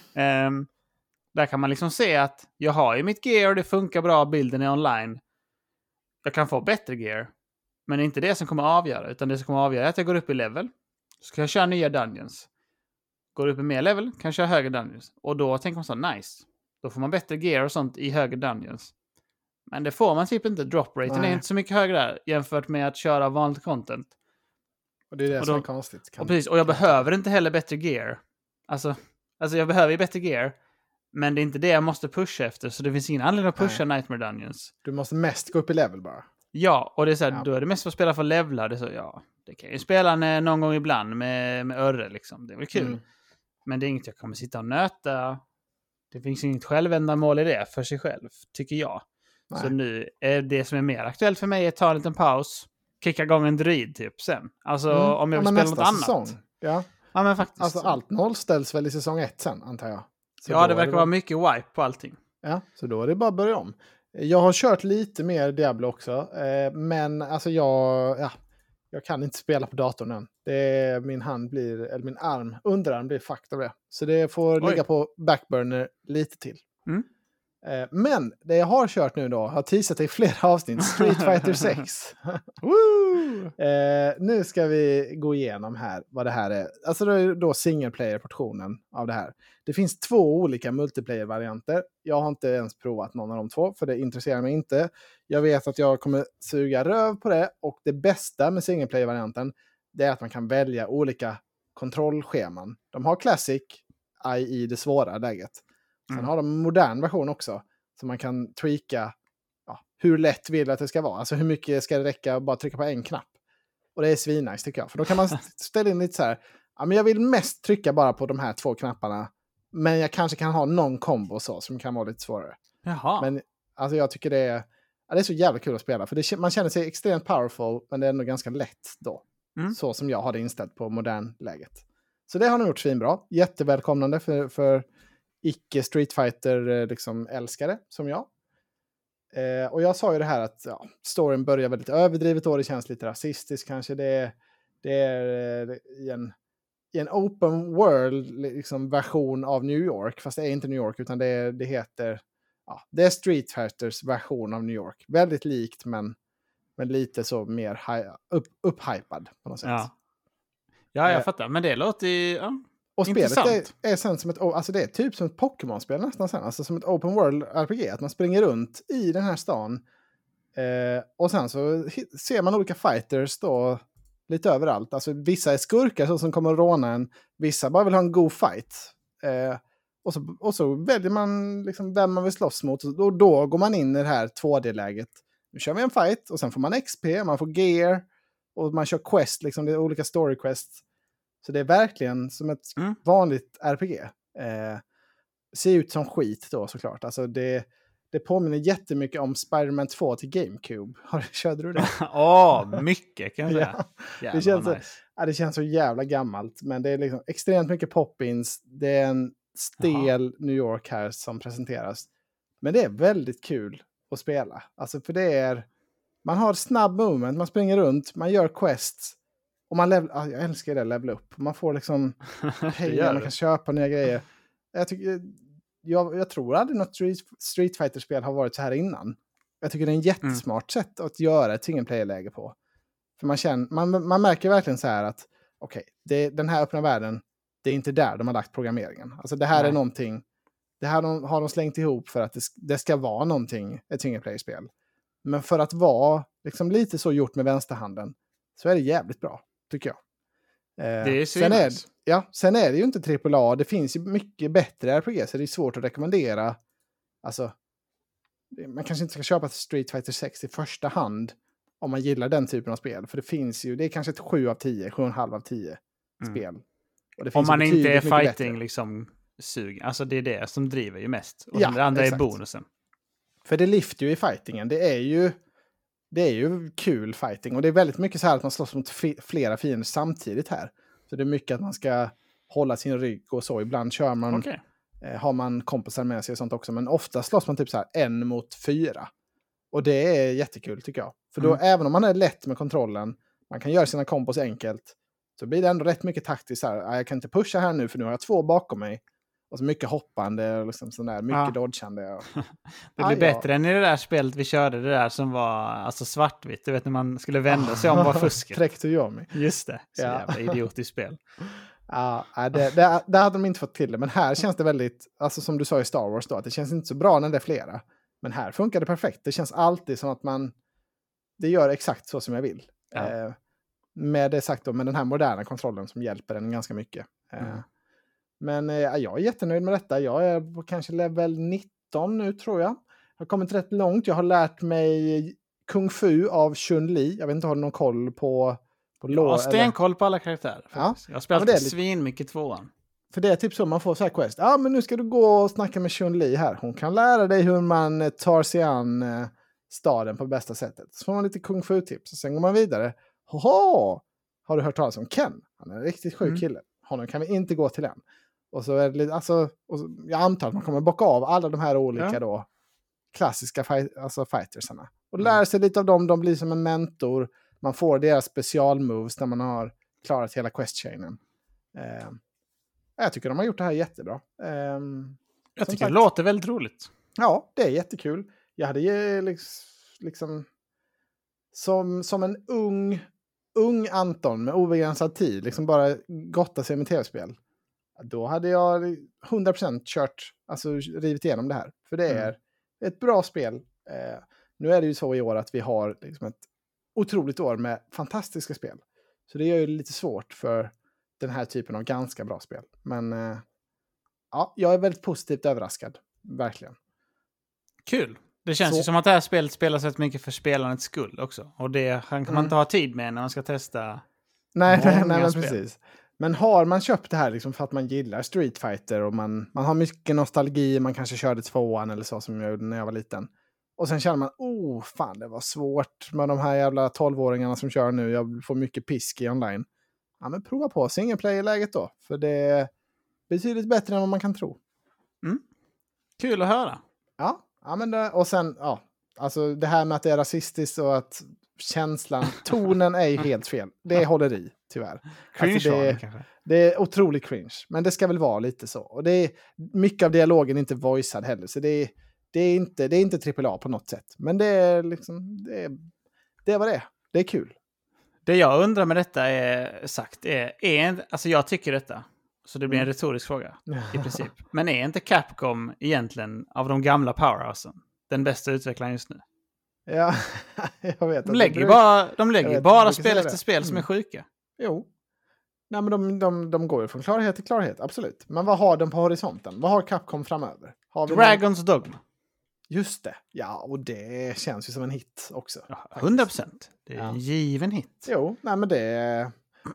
Där kan man liksom se att jag har ju mitt gear och det funkar bra, bilden är online. Jag kan få bättre gear. Men det är inte det som kommer att avgöra. Utan det som kommer att avgöra är att jag går upp i level. Så ska jag köra nya dungeons. Går upp i mer level kan jag köra högre dungeons. Och då tänker man så, nice. Då får man bättre gear och sånt i högre dungeons. Men det får man typ inte. Drop raten är inte så mycket högre där jämfört med att köra vanligt content. Och det är det som är konstigt. Och precis, och jag behöver inte heller bättre gear. Alltså jag behöver ju bättre gear. Men det är inte det jag måste pusha efter. Så det finns ingen anledning att pusha Nightmare Dungeons. Du måste mest gå upp i level bara. Ja, och det är så här, då är det mest för att spela för levlar. Det är så, det kan jag ju spela någon gång ibland med Örre liksom. Det är väl kul. Men det är inget jag kommer sitta och nöta. Det finns inget självändamål i det för sig själv, tycker jag. Nej. Så nu är det som är mer aktuellt för mig är att ta en liten paus. Kicka igång en druid typ sen. Alltså om jag vill spela något annat. Säsong. Ja, men faktiskt. Alltså allt nollställs väl i säsong 1 sen, antar jag. Så det verkar vara mycket wipe på allting. Ja, så då är det bara att börja om. Jag har kört lite mer Diablo också. Men alltså jag kan inte spela på datorn än. Min underarm blir fucked av det. Så det får ligga på backburner lite till. Men det jag har kört nu då, har teasat i flera avsnitt, Street Fighter 6. Nu ska vi gå igenom här vad det här är. Alltså det är då single player-portionen av det här. Det finns 2 olika multiplayer-varianter. Jag har inte ens provat någon av de 2, för det intresserar mig inte. Jag vet att jag kommer suga röv på det, och det bästa med single player-varianten, det är att man kan välja olika kontrollscheman. De har Classic, i det svåra läget. Sen har de en modern version också, så man kan tweaka hur lätt vill att det ska vara. Alltså hur mycket ska det räcka att bara trycka på en knapp. Och det är svinnice tycker jag. För då kan man ställa in lite så här, men jag vill mest trycka bara på de här 2 knapparna. Men jag kanske kan ha någon kombo så som kan vara lite svårare. Jaha. Men alltså jag tycker det är så jävla kul att spela. För man känner sig extremt powerful, men det är ändå ganska lätt då. Så som jag har det inställt på modern läget. Så det har de gjort svinbra. Jättevälkomnande för icke Street Fighter liksom älskare som jag. Och jag sa ju det här att storyn börjar väldigt överdrivet och det känns lite rasistiskt kanske. Det är i en open world liksom, version av New York. Fast det är inte New York, utan det heter det är Street Fighters version av New York. Väldigt likt, men lite så mer upphypad på något sätt. Ja, jag fattar. Men det låter och spelet är sen som det är typ som ett Pokémon-spel nästan sen. Alltså som ett open world RPG. Att man springer runt i den här stan. Och sen så ser man olika fighters då lite överallt. Alltså vissa är skurkar som kommer att råna en. Vissa bara vill ha en god fight. Och så väljer man liksom vem man vill slåss mot. Och då går man in i det här 2D-läget. Nu kör vi en fight och sen får man XP, man får gear. Och man kör quest, liksom det är olika story quests. Så det är verkligen som ett vanligt RPG. Ser ut som skit då såklart. Alltså det påminner jättemycket om Spider-Man 2 till GameCube. Körde du det? Mycket kan jag säga. Det känns så jävla gammalt. Men det är liksom extremt mycket pop-ins. Det är en stel New York här som presenteras. Men det är väldigt kul att spela. Alltså för man har snabb movement, man springer runt, man gör quests. Och jag älskar det, level upp. Man får liksom pengar, man kan köpa nya grejer. Jag tror aldrig något Street Fighter-spel har varit så här innan. Jag tycker det är en jättesmart sätt att göra ett single player-läge på. För man märker verkligen så här att den här öppna världen, det är inte där de har lagt programmeringen. Alltså det här är någonting, det här har de slängt ihop för att det ska vara någonting, ett single player-spel. Men för att vara liksom lite så gjort med vänsterhanden så är det jävligt bra, tycker jag. Det är sen är det ju inte AAA. Det finns ju mycket bättre RPG, så det är svårt att rekommendera. Alltså, man kanske inte ska köpa Street Fighter 6 i första hand om man gillar den typen av spel. För det finns ju, det är kanske ett 7 av 10, 7,5 av 10 spel. Och det finns om man inte är fighting liksom sug. Alltså det är det som driver ju mest. Och det andra är bonusen. För det lyfter ju i fightingen. Det är ju kul fighting. Och det är väldigt mycket så här att man slåss mot flera fiender samtidigt här. Så det är mycket att man ska hålla sin rygg och så. Ibland kör man, har man kompisar med sig och sånt också. Men ofta slåss man typ så här 1 mot 4. Och det är jättekul tycker jag. För då, även om man är lätt med kontrollen, man kan göra sina kombos enkelt, så blir det ändå rätt mycket taktiskt så här. Jag kan inte pusha här nu för nu har jag 2 bakom mig. Och så mycket hoppande och liksom sån där, mycket dodgande. Och... Det blir bättre än i det där spelet vi körde, det där som var alltså svartvitt. Du vet när man skulle vända sig om var fusket. Träckt och gör mig. Just det, så jävla idiotiskt spel. Ja, det hade de inte fått till det. Men här känns det väldigt, alltså som du sa i Star Wars då, att det känns inte så bra när det är flera. Men här funkar det perfekt. Det känns alltid som att det gör exakt så som jag vill. Ja. Med det sagt då, med den här moderna kontrollen som hjälper en ganska mycket. Men jag är jättenöjd med detta. Jag är på kanske level 19 nu tror jag. Jag har kommit rätt långt. Jag har lärt mig Kung Fu av Chun-Li. Jag vet inte, har du någon koll på jag har stenkoll på alla karaktärer. Ja. Jag har spelat svin mycket 2:an. För det är typ så man får så här quest. Ja, men nu ska du gå och snacka med Chun-Li här. Hon kan lära dig hur man tar sig an staden på bästa sättet. Så får man lite Kung Fu-tips. Och sen går man vidare. Har du hört talas om Ken? Han är en riktigt sjuk kille. Honom kan vi inte gå till än. Och så är det lite, alltså, jag antar att man kommer bocka av alla de här olika då klassiska fightersarna. Och lära sig lite av dem. De blir som en mentor. Man får deras specialmoves när man har klarat hela quest-chainen. Jag tycker de har gjort det här jättebra. Jag tycker det låter väldigt roligt. Ja, det är jättekul. Jag hade liksom som en ung Anton med obegränsad tid, liksom bara gotta sig med tv-spel. Då hade jag 100% kört, alltså rivit igenom det här. För det är ett bra spel. Nu är det ju så i år att vi har liksom ett otroligt år med fantastiska spel. Så det gör ju lite svårt för den här typen av ganska bra spel. Men jag är väldigt positivt överraskad. Verkligen. Kul. Det känns ju som att det här spelet spelas rätt mycket för spelandets skull också. Och det kan man inte ha tid med när man ska testa. Nej, men precis. Men har man köpt det här liksom för att man gillar Street Fighter och man har mycket nostalgi, man kanske körde 2:an eller så som jag gjorde när jag var liten. Och sen känner man, fan det var svårt med de här jävla 12-åringarna som kör nu. Jag får mycket pisk i online. Ja, men prova på single player-läget då. För det är betydligt bättre än vad man kan tro. Kul att höra. Ja men och sen, alltså det här med att det är rasistiskt och att tonen är helt fel. Det håller i, tyvärr. Cringe alltså det är otroligt cringe. Men det ska väl vara lite så. Och det är mycket av dialogen inte voicead heller. Så det är inte AAA på något sätt. Men det är liksom, det är vad det är. Det är kul. Det jag undrar med detta alltså jag tycker detta. Så det blir en retorisk fråga i princip. Men är inte Capcom egentligen av de gamla powerhousen den bästa utvecklaren just nu? Ja, jag vet. De lägger bara spel efter spel som är sjuka. Jo. Nej, men de går ju från klarhet till klarhet, absolut. Men vad har de på horisonten? Vad har Capcom framöver? Dragon's Dogma. Just det. Ja, och det känns ju som en hit också. Ja, 100%. Det är en given hit. Jo, nej men det...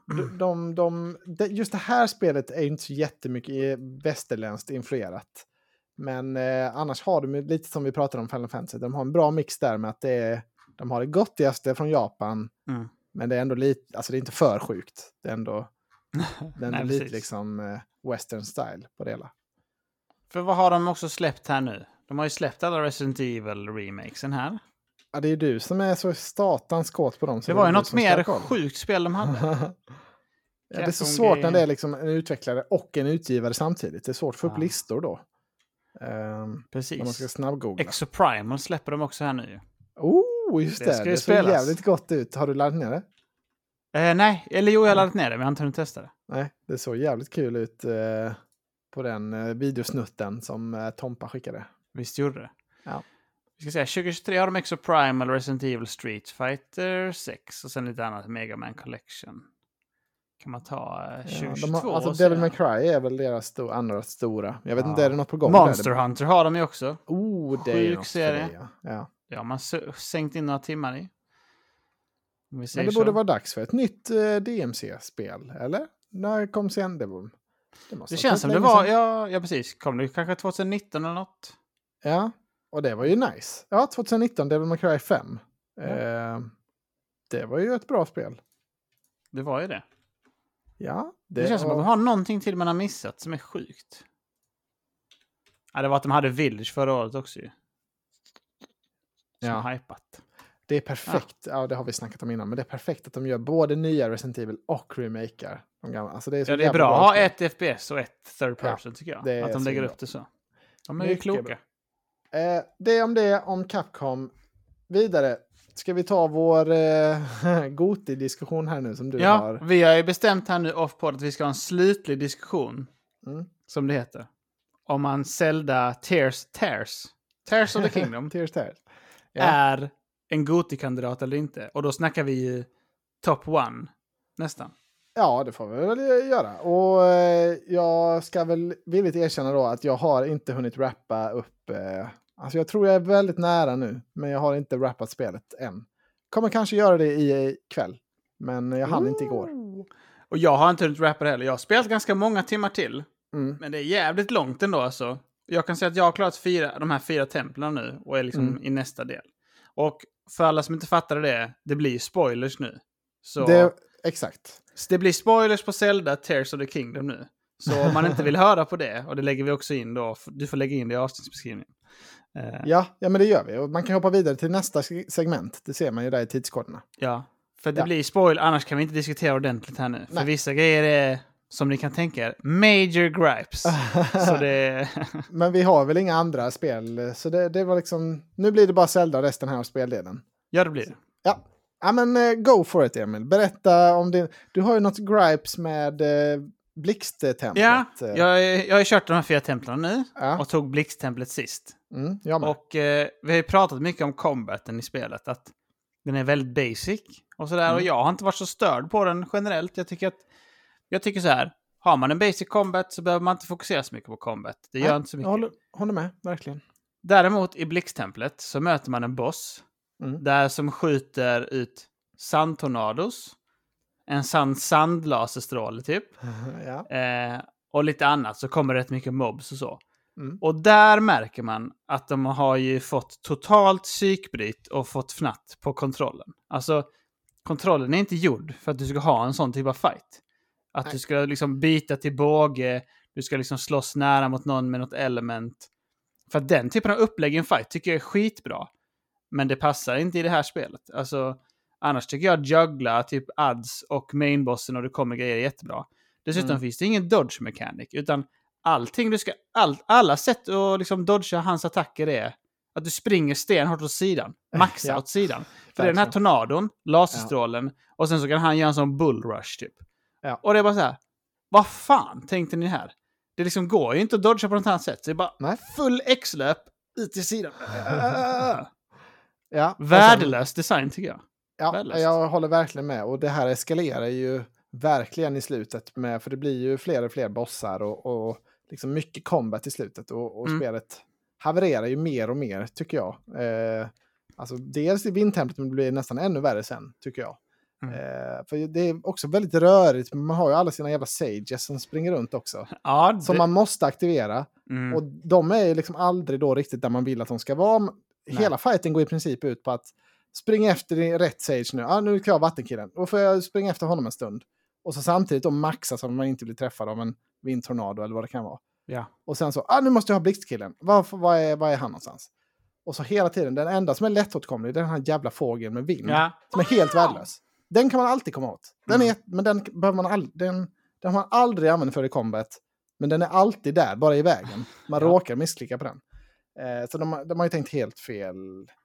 just det här spelet är inte så jättemycket västerländskt influerat. Men annars har de lite som vi pratade om Final Fantasy. De har en bra mix där med att de har det gottigaste från Japan. Men det är ändå lite, alltså det är inte för sjukt. Det är ändå lite liksom western style på det hela. För vad har de också släppt här nu? De har ju släppt alla Resident Evil remakesen här. Ja, det är ju du som är så statans kåt på dem. Det var ju något mer sjukt spel de hade. Det är så svårt när det är liksom en utvecklare och en utgivare samtidigt. Det är svårt att få upp listor då. Precis. När man ska snabbgoogla. Exoprimal släpper de också här nu. Just det. Det ser jävligt gott ut. Har du laddat ner det? Nej, eller jo, jag har laddat ner det, men jag har inte hunnit testa det. Nej, det såg jävligt kul ut på den videosnutten som Tompa skickade. Visst gjorde det. Ja. Vi ska säga, 2023 har de också Primal, Resident Evil, Street Fighter 6 och sen lite annat, Mega Man Collection. Kan man ta 2022? Alltså Devil May Cry är väl deras andra stora. Jag vet inte, är det något på gång? Monster Hunter har de ju också. Det är något serie. Ja, man sänkt in några timmar i. Men det borde vara dags för ett nytt DMC-spel, eller? När kom sen? Det känns som det var, ja precis. Kom det kanske 2019 eller något? Ja, och det var ju nice. Ja, 2019, Devil May Cry 5. Det var ju ett bra spel. Det var ju det. Ja. Det känns som att de har någonting till man har missat som är sjukt. Ja, det var att de hade Village förra året också ju. Som hypat. Det är perfekt. Ja, det har vi snackat om innan. Men det är perfekt att de gör både nya Resident Evil och remaker. De gamla. Alltså det är bra att ha ett FPS och ett third person tycker jag. Att de lägger upp det så. De är ju kloka. Det om Capcom. Vidare. Ska vi ta vår Goti-diskussion här nu som du har? Ja, vi har ju bestämt här nu off-pod att vi ska ha en slutlig diskussion. Som det heter. Om man Zelda Tears of the Kingdom. Tears. Är en Goti-kandidat eller inte. Och då snackar vi ju top 1 nästan. Ja, det får vi väl göra. Och jag ska väl villigt erkänna då att jag har inte hunnit rappa upp. Alltså jag tror jag är väldigt nära nu. Men jag har inte rappat spelet än. Kommer kanske göra det i kväll. Men jag hann inte igår. Och jag har inte hunnit rappa det heller. Jag har spelat ganska många timmar till. Men det är jävligt långt ändå alltså. Jag kan säga att jag har klarat de här 4 templen nu. Och är liksom i nästa del. Och för alla som inte fattade det blir spoilers nu. Så exakt. Det blir spoilers på Zelda Tears of the Kingdom nu. Så om man inte vill höra på det, och det lägger vi också in då, du får lägga in det i avsnittsbeskrivningen. Ja, men det gör vi. Och man kan hoppa vidare till nästa segment. Det ser man ju där i tidskoderna. Ja, för det blir spoil, annars kan vi inte diskutera ordentligt här nu. Nej. För vissa grejer är, som ni kan tänka er, major gripes. Så det... Men vi har väl inga andra spel, så det var liksom... Nu blir det bara Zelda resten här av speldelen. Ja, det blir det. Ja, men go for it, Emil. Berätta om din... Du har ju något gripes med blixttemplet. Ja, jag har kört de här 4 templen nu. Och tog blixttemplet sist. Och vi har ju pratat mycket om combaten i spelet. Att den är väldigt basic. Och sådär. Och jag har inte varit så störd på den generellt. Jag tycker så här. Har man en basic combat så behöver man inte fokusera så mycket på combat. Det gör inte så mycket. Jag håller med, verkligen. Däremot i blixttemplet så möter man en boss. Där som skjuter ut sandtornados. En sandlaserstråle typ. Och lite annat. Så kommer det rätt mycket mobs och så. Och där märker man att de har ju fått totalt psykbryt och fått fnatt på kontrollen. Alltså kontrollen är inte gjord för att du ska ha en sån typ av fight. Att du ska liksom byta till båge. Du ska liksom slåss nära mot någon med något element. För att den typen av upplägg i en fight tycker jag är skitbra. Men det passar inte i det här spelet. Alltså, annars tycker jag juggla typ ads och mainbossen och det kommer grejer jättebra. Dessutom finns det ingen dodge mechanic. Utan allting du ska... alla sätt att liksom dodga hans attacker är att du springer stenhårt åt sidan. Maxa åt sidan. För det är den här tornadon, laserstrålen och sen så kan han göra en sån bullrush typ. Och det är bara så här. Vad fan tänkte ni här? Det liksom går ju inte att dodga på något annat sätt. Så det är bara full X-löp ut till sidan. Värdelös design tycker jag. Ja, jag håller verkligen med. Och det här eskalerar ju verkligen i slutet. För det blir ju fler och fler bossar och liksom mycket combat i slutet. Och spelet havererar ju mer och mer tycker jag. Alltså dels i vindtemplet men det blir nästan ännu värre sen tycker jag. För det är också väldigt rörigt. Man har ju alla sina jävla sages som springer runt också. Som man måste aktivera. Och de är ju liksom aldrig då riktigt där man vill att de ska vara. Hela fighten går i princip ut på att springa efter rätt sage nu. Nu ska jag vattenkillen. Och får jag springa efter honom en stund. Och så samtidigt då maxa så att man inte blir träffad av en vindtornado eller vad det kan vara. Och sen så, nu måste jag ha blixtkillen. Vad är han någonstans? Och så hela tiden, den enda som är lättåtkomlig är den här jävla fågeln med vind. Som är helt värdelös. Den kan man alltid komma åt. Men den behöver man den har man aldrig använt för i combat. Men den är alltid där, bara i vägen. Man råkar missklicka på den. Så de har ju tänkt helt fel.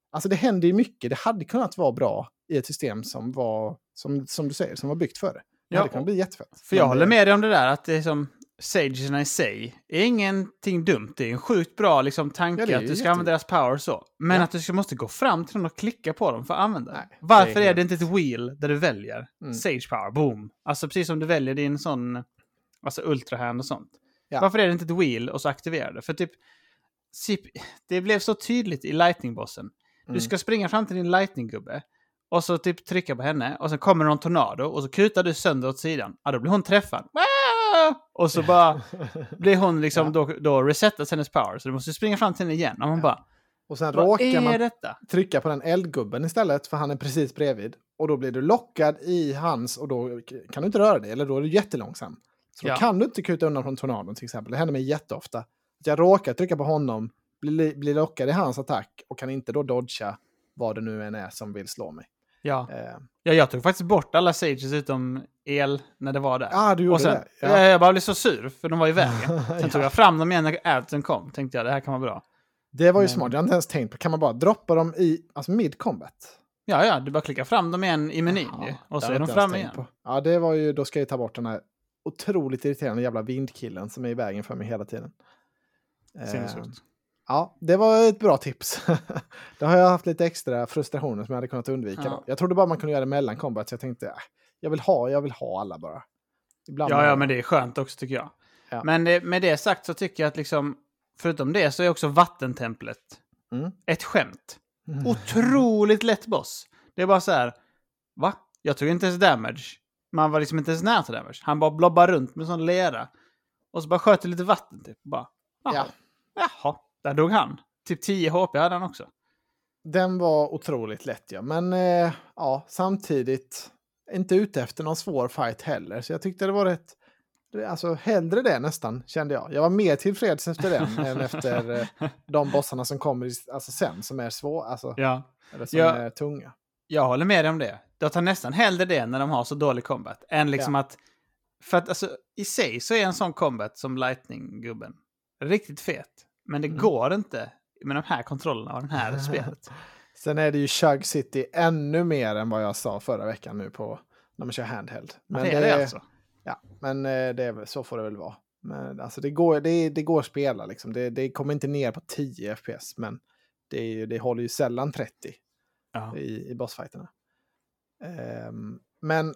Alltså det händer ju mycket. Det hade kunnat vara bra i ett system som var, som du säger, som var byggt för det. Det hade kunnat bli jättefett. För jag håller med dig om det där, att det är som Sagerna i sig är ingenting dumt. Det är en sjukt bra liksom, tanke att du ska använda deras power så. Men att du måste gå fram till dem och klicka på dem för att använda. Nej, varför är det inte ett wheel där du väljer Sage power, boom. Alltså precis som du väljer din sån, alltså ultrahand och sånt. Ja. Varför är det inte ett wheel och så aktiverar det? För typ, det blev så tydligt i lightning-bossen. Du ska springa fram till din lightning-gubbe och så typ trycka på henne och så kommer någon tornado och så kutar du sönder åt sidan. Ja, då blir hon träffad. Och så bara blir hon liksom då resetas hennes power. Så du måste springa fram till henne igen. Och man bara, och sen råkar man trycka på den eldgubben istället, för han är precis bredvid. Och då blir du lockad i hans, och då kan du inte röra dig, eller då är du jättelångsam. Så då kan du inte kuta undan från tornadon till exempel. Det händer mig jätteofta. Jag råkar trycka på honom, blir lockad i hans attack och kan inte då dodga vad det nu än är som vill slå mig. Ja. Jag tog faktiskt bort alla sages utom el när det var där. Ja, du gjorde och sen, det. Ja. Jag bara blev så sur för de var i vägen. Sen tog jag fram dem igen när adsen kom. Tänkte jag, det här kan vara bra. Det var ju smart. Jag har inte ens tänkt på. Kan man bara droppa dem i mid-combat? Ja, du bara klickar fram dem igen i menyn. Och så är de framme igen. Ja, det var ju, då ska jag ta bort den här otroligt irriterande jävla vindkillen som är i vägen för mig hela tiden. Ja, det var ett bra tips. Då har jag haft lite extra frustrationer som jag hade kunnat undvika. Då. Jag trodde bara man kunde göra det mellan combat, så jag tänkte jag vill ha alla bara. Ibland men det är skönt också tycker jag. Ja. Men med det sagt så tycker jag att liksom, förutom det så är också vattentemplet ett skämt. Otroligt lätt boss. Det är bara så här, va? Jag tog inte ens damage. Man var liksom inte ens nära till damage. Han bara blobbar runt med sån lera. Och så bara sköter lite vatten typ. Bara, jaha, där dog han. Typ 10 HP hade han också. Den var otroligt lätt, ja. Men samtidigt inte ute efter någon svår fight heller. Så jag tyckte det var rätt... Alltså hellre det nästan, kände jag. Jag var mer tillfreds efter den än efter de bossarna som kommer alltså sen, som är svåra. Alltså, eller som är tunga. Jag håller med dig om det. Jag tar nästan hellre det när de har så dålig combat. Än liksom att... För att alltså, i sig så är en sån combat som Lightning-gubben riktigt fet. Men det går inte med de här kontrollerna av den här spelet. Sen är det ju Chug City ännu mer än vad jag sa förra veckan nu på när man kör handheld. Men det är det alltså? Ja, men det är väl, så får det väl vara. Men alltså det går att spela liksom. Det kommer inte ner på 10 FPS, men det håller ju sällan 30 i bossfighterna. Men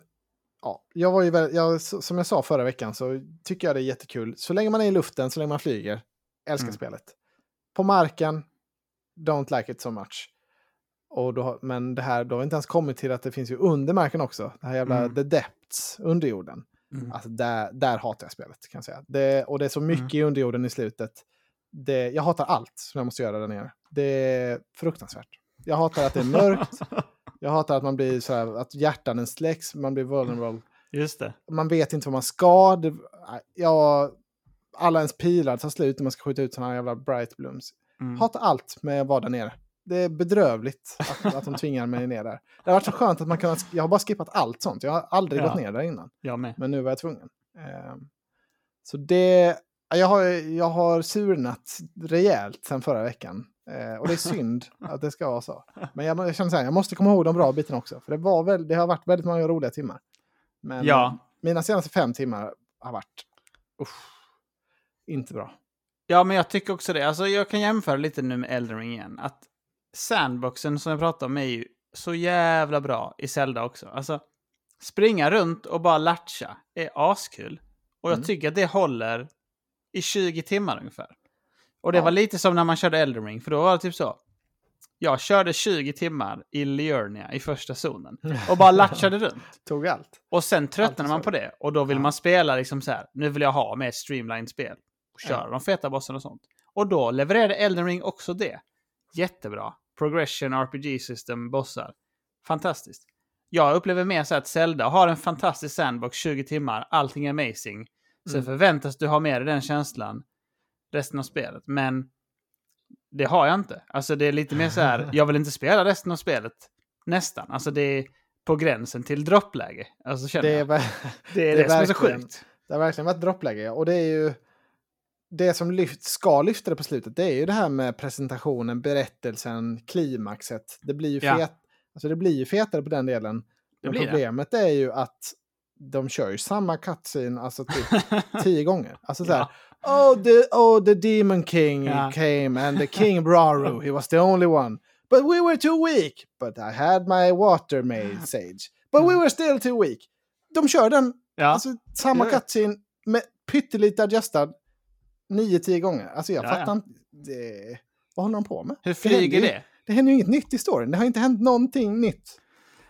som jag sa förra veckan så tycker jag det är jättekul. Så länge man är i luften, så länge man flyger, älskar spelet. På marken, don't like it so much. Men det här, då har vi inte ens kommit till att det finns ju under marken också. Det här jävla The Depths, underjorden. Alltså där hatar jag spelet, kan jag säga. Och det är så mycket i underjorden i slutet. Jag hatar allt som jag måste göra där nere. Det är fruktansvärt. Jag hatar att det är mörkt. Jag hatar att man blir så här, att hjärtan släcks, man blir vulnerable. Just det. Man vet inte vad man ska. Alla ens pilar tar slut när man ska skjuta ut såna här jävla bright blooms. Hatar allt med att vara där nere. Det är bedrövligt att de tvingar mig ner där. Det har varit så skönt att jag har bara skippat allt sånt. Jag har aldrig gått ner där innan. Jag med. Men nu var jag tvungen. Så det... Jag har surnat rejält sen förra veckan. Och det är synd att det ska vara så. Men jag känner så här, jag måste komma ihåg de bra bitarna också. För det har varit väldigt många roliga timmar. Men mina senaste 5 timmar har varit inte bra. Ja, men jag tycker också det. Alltså, jag kan jämföra lite nu med Elden Ring igen. Att sandboxen som jag pratade om är ju så jävla bra i Zelda också. Alltså, springa runt och bara latcha är askul. Och jag tycker att det håller i 20 timmar ungefär. Och det var lite som när man körde Elden Ring. För då var det typ så. Jag körde 20 timmar i Liurnia i första zonen. Och bara latchade runt. Tog allt. Och sen tröttnade man på det. Och då vill man spela liksom så här. Nu vill jag ha med streamlined-spel. Och köra de feta bossen och sånt. Och då levererade Elden Ring också det. Jättebra. Progression, RPG-system, bossar. Fantastiskt. Jag upplever mer så att Zelda har en fantastisk sandbox 20 timmar. Allting är amazing. Så förväntas du ha med dig den känslan resten av spelet. Men det har jag inte. Alltså det är lite mer så här. Jag vill inte spela resten av spelet. Nästan. Alltså det är på gränsen till droppläge. Alltså känner jag. Det är det som är så sjukt. Det har verkligen varit droppläge. Och det är ju... det som ska lyfta det på slutet, det är ju det här med presentationen, berättelsen, klimaxet. Det blir ju det blir ju fetare på den delen. Men problemet är ju att de kör ju samma cutscene alltså typ 10 gånger. Alltså så här, the Demon King came and the King Braru, he was the only one. But we were too weak. But I had my water made sage. But we were still too weak. De kör den, alltså samma cutscene med pyttelite adjustad 9-10 gånger. Alltså jag fattar inte. Vad håller de på med? Hur flyger det? Det händer ju inget nytt i storyn. Det har inte hänt någonting nytt.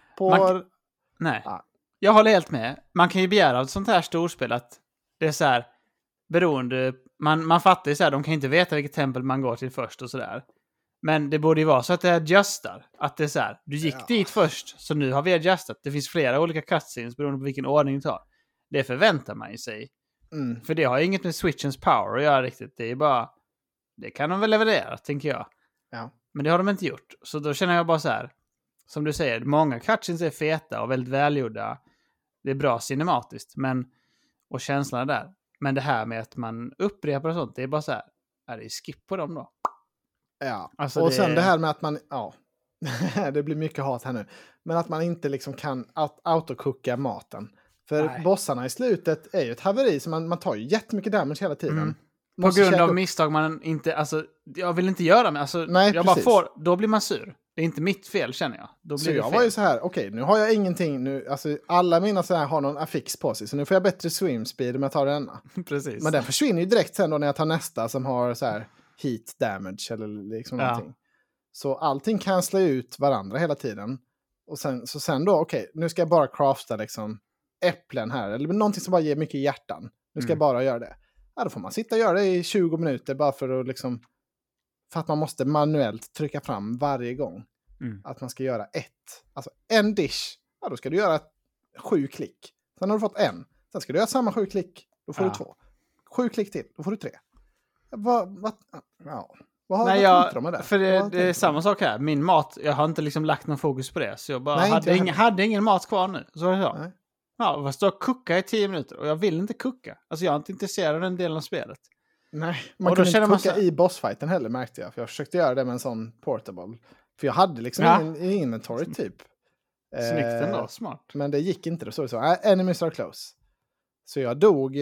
Nej. Ja. Jag håller helt med. Man kan ju begära av ett sånt här storspel att det är så här beroende. Man fattar ju så här, de kan inte veta vilket tempel man går till först och sådär. Men det borde ju vara så att det adjustar. Att det är så här, du gick dit först, så nu har vi adjustat. Det finns flera olika cutscenes beroende på vilken ordning du tar. Det förväntar man ju sig. För det har ju inget med Switchens power att göra riktigt. Det är bara, det kan de väl leverera, tänker jag. Ja. Men det har de inte gjort. Så då känner jag bara så här, som du säger, många cutscenes är feta och väldigt välgjorda. Det är bra cinematiskt, och känslan där. Men det här med att man upprepar och sånt, det är bara så här, är det skip på dem då? Ja, alltså och sen det här med att man, det blir mycket hat här nu. Men att man inte liksom kan autocooka maten. För bossarna i slutet är ju ett haveri, så man tar ju jättemycket damage hela tiden. På grund av misstag man inte, alltså jag vill inte göra men alltså, då blir man sur. Det är inte mitt fel, känner jag. Då blir så jag var ju så här, okej, nu har jag ingenting nu, alltså alla mina så här har någon affix på sig, så nu får jag bättre swim speed om jag tar denna. Precis. Men den försvinner ju direkt sen då när jag tar nästa som har så här heat damage eller liksom någonting. Så allting cancelar ut varandra hela tiden. Och sen då, okej, nu ska jag bara crafta liksom äpplen här, eller någonting som bara ger mycket hjärtan. Nu ska jag bara göra det. Ja, då får man sitta och göra det i 20 minuter bara för att liksom, för att man måste manuellt trycka fram varje gång att man ska göra en dish. Ja, då ska du göra 7 klick. Sen har du fått en. Sen ska du göra samma 7 klick. Då får du 2. 7 klick till. Då får du 3. Vad tänkte de med det? För det är samma sak här. Min mat, jag har inte liksom lagt någon fokus på det. Så jag bara hade ingen mat kvar nu. Så var det så. Nej. Ja, jag står och kuckar i 10 minuter. Och jag vill inte kucka. Alltså jag är inte intresserad av den delen av spelet. Nej, man kunde inte kucka i bossfighten heller, märkte jag. För jag försökte göra det med en sån portable. För jag hade liksom ingen inventory typ. Snyggt ändå, smart. Men det gick inte, det så. Enemies are close. Så jag dog,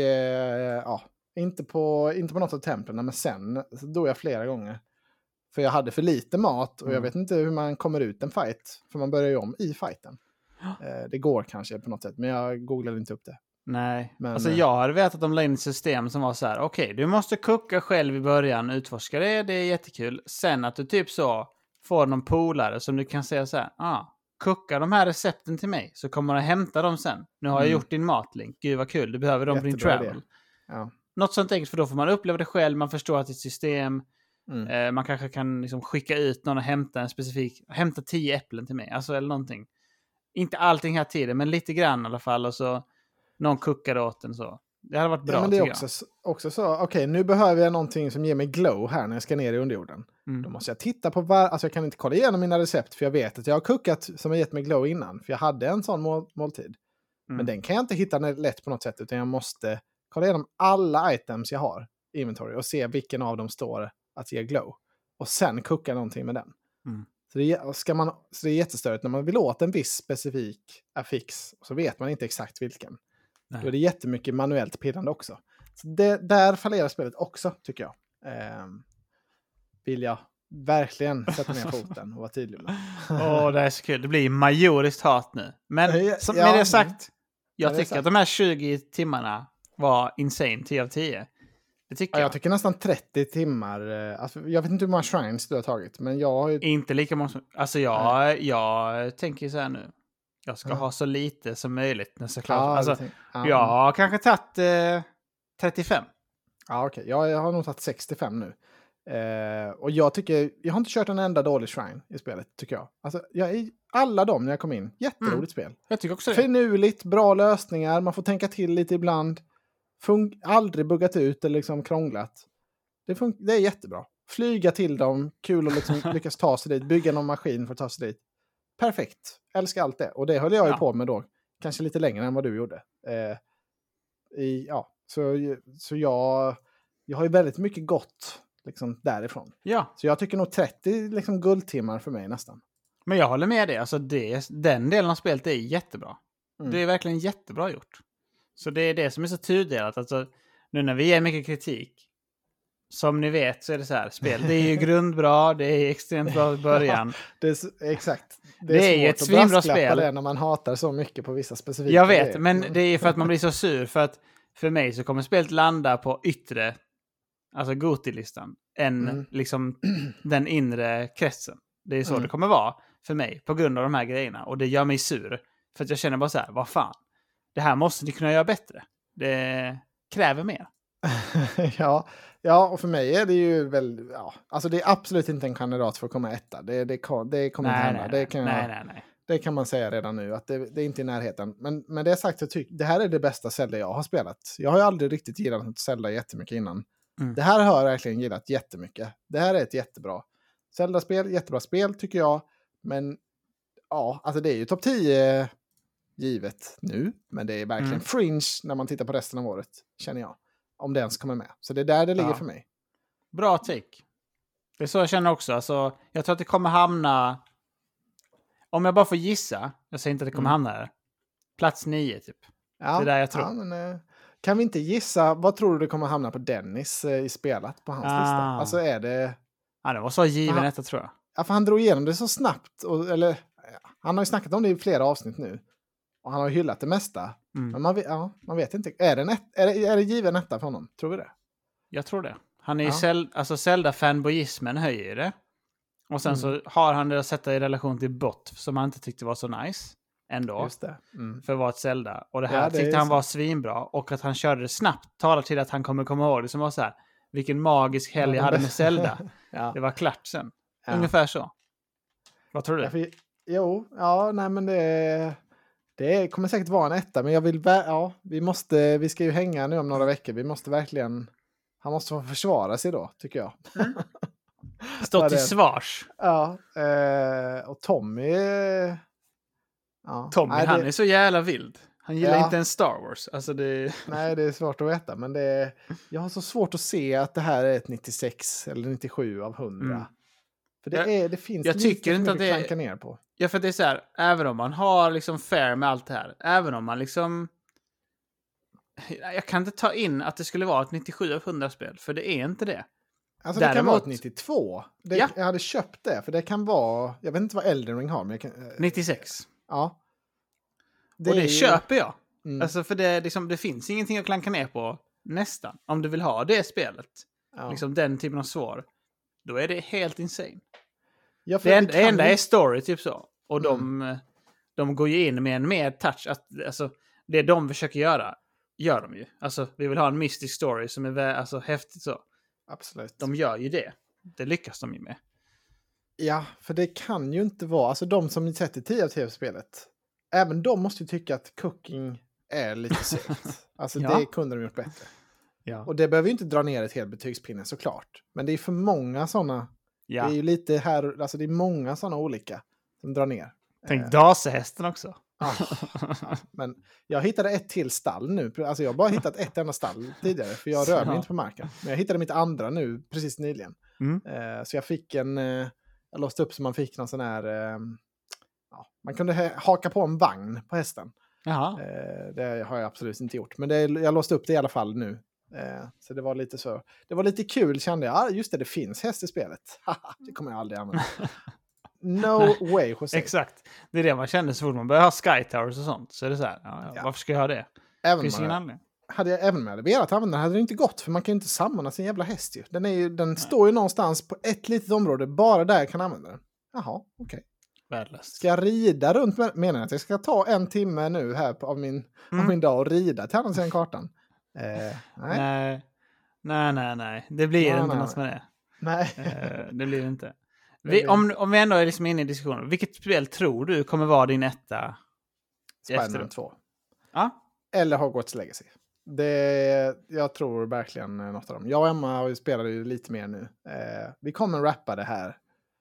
inte på något av templen, men sen så dog jag flera gånger. För jag hade för lite mat och jag vet inte hur man kommer ut en fight. För man börjar ju om i fighten. Det går kanske på något sätt, men jag googlade inte upp det. Nej, men, alltså jag hade vetat att de la in ett system som var så här: okej, du måste kucka själv i början, utforska det är jättekul. Sen att du typ så får någon polare som du kan säga så här: kucka de här recepten till mig så kommer du hämta dem sen. Nu har jag gjort din matlink, gud vad kul, du behöver dem på din travel. Ja. Något sånt enkelt, för då får man uppleva det själv, man förstår att det är ett system. Man kanske kan liksom skicka ut någon och hämta 10 äpplen till mig, alltså eller någonting. Inte allting här tiden, men lite grann i alla fall, och så någon kuckar åt den så. Det hade varit bra, men det är också så, okej, nu behöver jag någonting som ger mig glow här när jag ska ner i underjorden. Då måste jag titta på alltså jag kan inte kolla igenom mina recept, för jag vet att jag har kuckat som har gett mig glow innan, för jag hade en sån måltid. Men den kan jag inte hitta lätt på något sätt, utan jag måste kolla igenom alla items jag har i inventory och se vilken av dem står att ge glow. Och sen kucka någonting med den. Så det är jättestörigt när man vill åt en viss specifik affix, så vet man inte exakt vilken. Nej. Då är det jättemycket manuellt pillande också. Så där fallerar spelet också, tycker jag. Vill jag verkligen sätta ner foten och vara tydlig med. Det är så kul. Det blir majoriskt hat nu. Men med det sagt, jag tycker att de här 20 timmarna var insane, 10 av 10. Det tycker jag tycker nästan 30 timmar. Alltså, jag vet inte hur många shrines du har tagit, men jag har ju... Inte lika många. Alltså jag tänker så här nu. Jag ska ha så lite som möjligt. Jag har kanske tagit 35. Ja, okej. Jag har nog tagit 65 nu. Och jag har inte kört en enda dålig shrine i spelet, tycker jag. Alltså, alla dem när jag kom in. Jätteroligt spel. Jag tycker också det. Finurligt, bra lösningar. Man får tänka till lite ibland. Aldrig buggat ut eller liksom krånglat. Det är jättebra. Flyga till dem. Kul att liksom lyckas ta sig dit. Bygga någon maskin för att ta sig dit. Perfekt. Älskar allt det. Och det höll jag ju på med då. Kanske lite längre än vad du gjorde. Så jag har ju väldigt mycket gott liksom, därifrån. Ja. Så jag tycker nog 30 liksom, guldtimmar för mig nästan. Men jag håller med dig. Alltså den delen av spelet är jättebra. Det är verkligen jättebra gjort. Så det är det som är så tudelat. Alltså, nu när vi ger mycket kritik, som ni vet så är det så här. Spel, det är ju grundbra, det är extremt bra i början. Exakt. Det är ju ett svinbra spel. Det när man hatar så mycket på vissa specifika Jag vet, grejer. Men det är för att man blir så sur. För att för mig så kommer spelet landa på yttre, alltså GOTY-listan, än liksom den inre kretsen. Det är så det kommer vara för mig på grund av de här grejerna. Och det gör mig sur. För att jag känner bara så här, vad fan. Det här måste ni kunna göra bättre. Det kräver mer. Ja, och för mig är det ju väl... Ja, alltså det är absolut inte en kandidat för att komma etta. Det kommer inte hända. Det kan man säga redan nu, att det är inte i närheten. Men det är sagt, det här är det bästa Zelda jag har spelat. Jag har ju aldrig riktigt gillat Zelda jättemycket innan. Det här har jag verkligen gillat jättemycket. Det här är ett jättebra Zelda-spel, jättebra spel tycker jag. Men ja, alltså det är ju topp 10 givet nu. Men det är verkligen fringe när man tittar på resten av året, känner jag. Om det ens kommer med. Så det är där det ligger för mig. Bra take. Det är så jag känner också. Alltså, jag tror att det kommer hamna... Om jag bara får gissa, jag säger inte att det kommer hamna där. Plats 9 typ. Ja, det är där jag tror. Ja, men, kan vi inte gissa, vad tror du det kommer hamna på Dennis i spelat på hans lista? Alltså är det... Ja, det var så given etta tror jag. Ja, för han drog igenom det så snabbt. Han har ju snackat om det i flera avsnitt nu. Och han har ju hyllat det mesta. Men man vet inte. Är det given etta för honom? Tror vi det? Jag tror det. Han är ju Zelda-fanboyismen höjer det. Och sen så har han det att sätta i relation till Bot som han inte tyckte var så nice. Ändå. Just det. För att vara ett Zelda. Och det här tyckte han var svinbra. Och att han körde det snabbt talar till att han kommer komma ihåg det som var så här. Vilken magisk helg jag hade med Zelda. Det var klart sen. Ungefär så. Vad tror du? Men det kommer säkert vara en etta. Men jag vill, vi ska ju hänga nu om några veckor. Vi måste verkligen, han måste få försvara sig då, tycker jag. Stå till svars. Ja, och Tommy... Han är så jävla vild. Han gillar inte en Star Wars. Alltså Nej, det är svårt att veta. Men jag har så svårt att se att det här är ett 96 eller 97 av 100. För det finns jag tycker inte att det klanka ner på. Ja, för det är så här, även om man har liksom fair med allt det här. Även om man liksom... Jag kan inte ta in att det skulle vara ett 97 av 100 spel. För det är inte det. Alltså det kan vara ett 92. Jag hade köpt det. För det kan vara... Jag vet inte vad Elden Ring har. Men 96. Ja. Det köper jag. Alltså för det finns ingenting att klanka ner på nästan. Om du vill ha det spelet. Liksom den typen av svar. Då är det helt insane. Ja, det enda är story typ så. Och de går ju in med en mer touch. Alltså, det de försöker göra, gör de ju. Alltså, vi vill ha en mystic story som är häftigt så. Absolut. De gör ju det. Det lyckas de ju med. Ja, för det kan ju inte vara... Alltså de som sätter 10 av tv-spelet. Även de måste ju tycka att cooking är lite segt. Alltså det kunde de gjort bättre. Ja. Och det behöver ju inte dra ner ett helt betygspinne såklart. Men det är för många sådana... Ja. Det är ju lite här... Alltså det är många sådana olika som drar ner. Tänk dasehästen också. Men jag hittade ett till stall nu. Alltså jag har bara hittat ett enda stall tidigare. För jag rör mig inte på marken. Men jag hittade mitt andra nu precis nyligen. Så jag fick jag låste upp så man fick någon sån här... man kunde haka på en vagn på hästen. Det har jag absolut inte gjort. Men jag låste upp det i alla fall nu. Så det var lite så. Det var lite kul kände jag. Just det finns häst i spelet. Det kommer jag aldrig använda. No way, Jose. Exakt. Det är det man känner så fort man börjar ha Sky Towers och sånt. Så är det så här, varför ska jag ha det? Det finns ingen anledning. Även om jag hade velat använda den hade det inte gått. För man kan ju inte samordna sin jävla häst ju. Den står ju någonstans på ett litet område. Bara där jag kan använda den. Jaha, okej. Värdelöst. Ska jag rida runt med, menar jag att jag ska ta 1 timme nu här av min dag och rida till andra sidan kartan? Nej. Det blir inte något med det. Nej. Det blir det inte. Om vi ändå är liksom inne i diskussionen. Vilket spel tror du kommer vara din etta? Spider-Man 2. Ja. Eller Hogwarts Legacy. Jag tror verkligen något av dem. Jag och Emma spelade ju lite mer nu. Vi kommer rappa det här.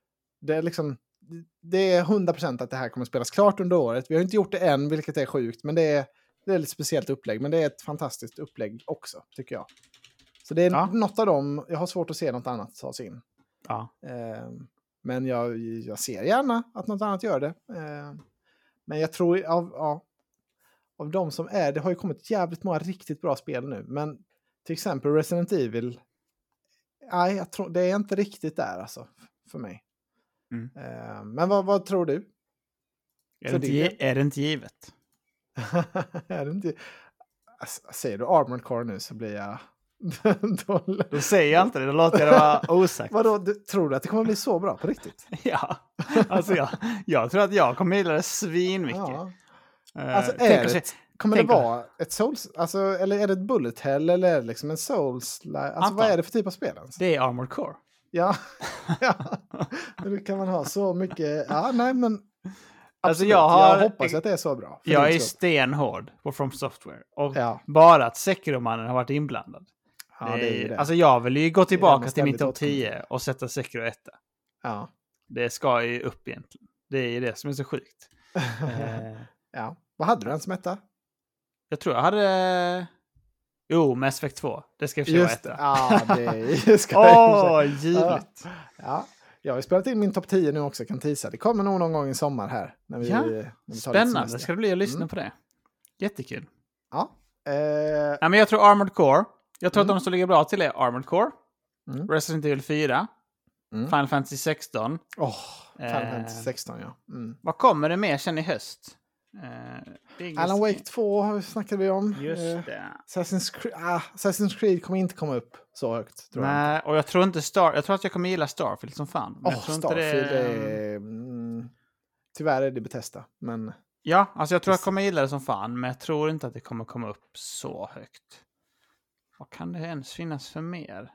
Det är 100% att det här kommer spelas klart under året. Vi har inte gjort det än, vilket är sjukt. Men det är ett speciellt upplägg. Men det är ett fantastiskt upplägg också, tycker jag. Så det är något av dem, jag har svårt att se något annat tas in. Ja. Men jag ser gärna att något annat gör det. Men jag tror av de som det har ju kommit jävligt många riktigt bra spel nu. Men till exempel Resident Evil, nej, jag tror, det är inte riktigt där alltså, för mig. Men vad tror du? Är det inte givet? Är det inte... Säger du Armored Core nu så blir jag... Då säger jag inte det, då låter jag det vara osagt. Vadå, tror du att det kommer bli så bra på riktigt? Ja, alltså jag tror att jag kommer gilla det svinmycket. Ja. Alltså kommer det vara ett Souls, alltså, eller är det ett Bullet Hell eller är det liksom en Souls? Alltså vad är det för typ av spel? Alltså? Det är Armored Core. Ja. Då kan man ha så mycket, nej men alltså jag hoppas att det är så bra. Jag är stenhård på From Software. Och bara att Sekiro-mannen har varit inblandad. Ja, det är det. Alltså jag vill ju gå tillbaka till min topp 10 och sätta Sekiro 1. Ja. Det ska ju upp egentligen. Det är ju det som är så sjukt. Ja. Vad hade du den som etta? Jag tror jag hade... Mass Effect 2. Det ska ju vara etta. Ja, det ska jag givet. Ja. Jag har spelat in min topp 10 nu också, kan tisa. Det kommer nog någon gång i sommar här. När vi tar spännande, ska det bli att lyssna på det. Jättekul. Ja. Men jag tror Armored Core. Jag tror att de som ligger bra till är Armored Core. Resident Evil 4. Final Fantasy 16. Final Fantasy 16, ja. Vad kommer det mer sen i höst? Alan Wake 2 snackade vi om. Just det. Assassin's Creed kommer inte komma upp så högt, tror jag. Nej, och jag tror inte jag tror att jag kommer gilla Starfield som fan. Men jag tror Starfield inte är... tyvärr är det Bethesda, men... Ja, alltså jag tror jag kommer gilla det som fan, men jag tror inte att det kommer komma upp så högt. Vad kan det ens finnas för mer?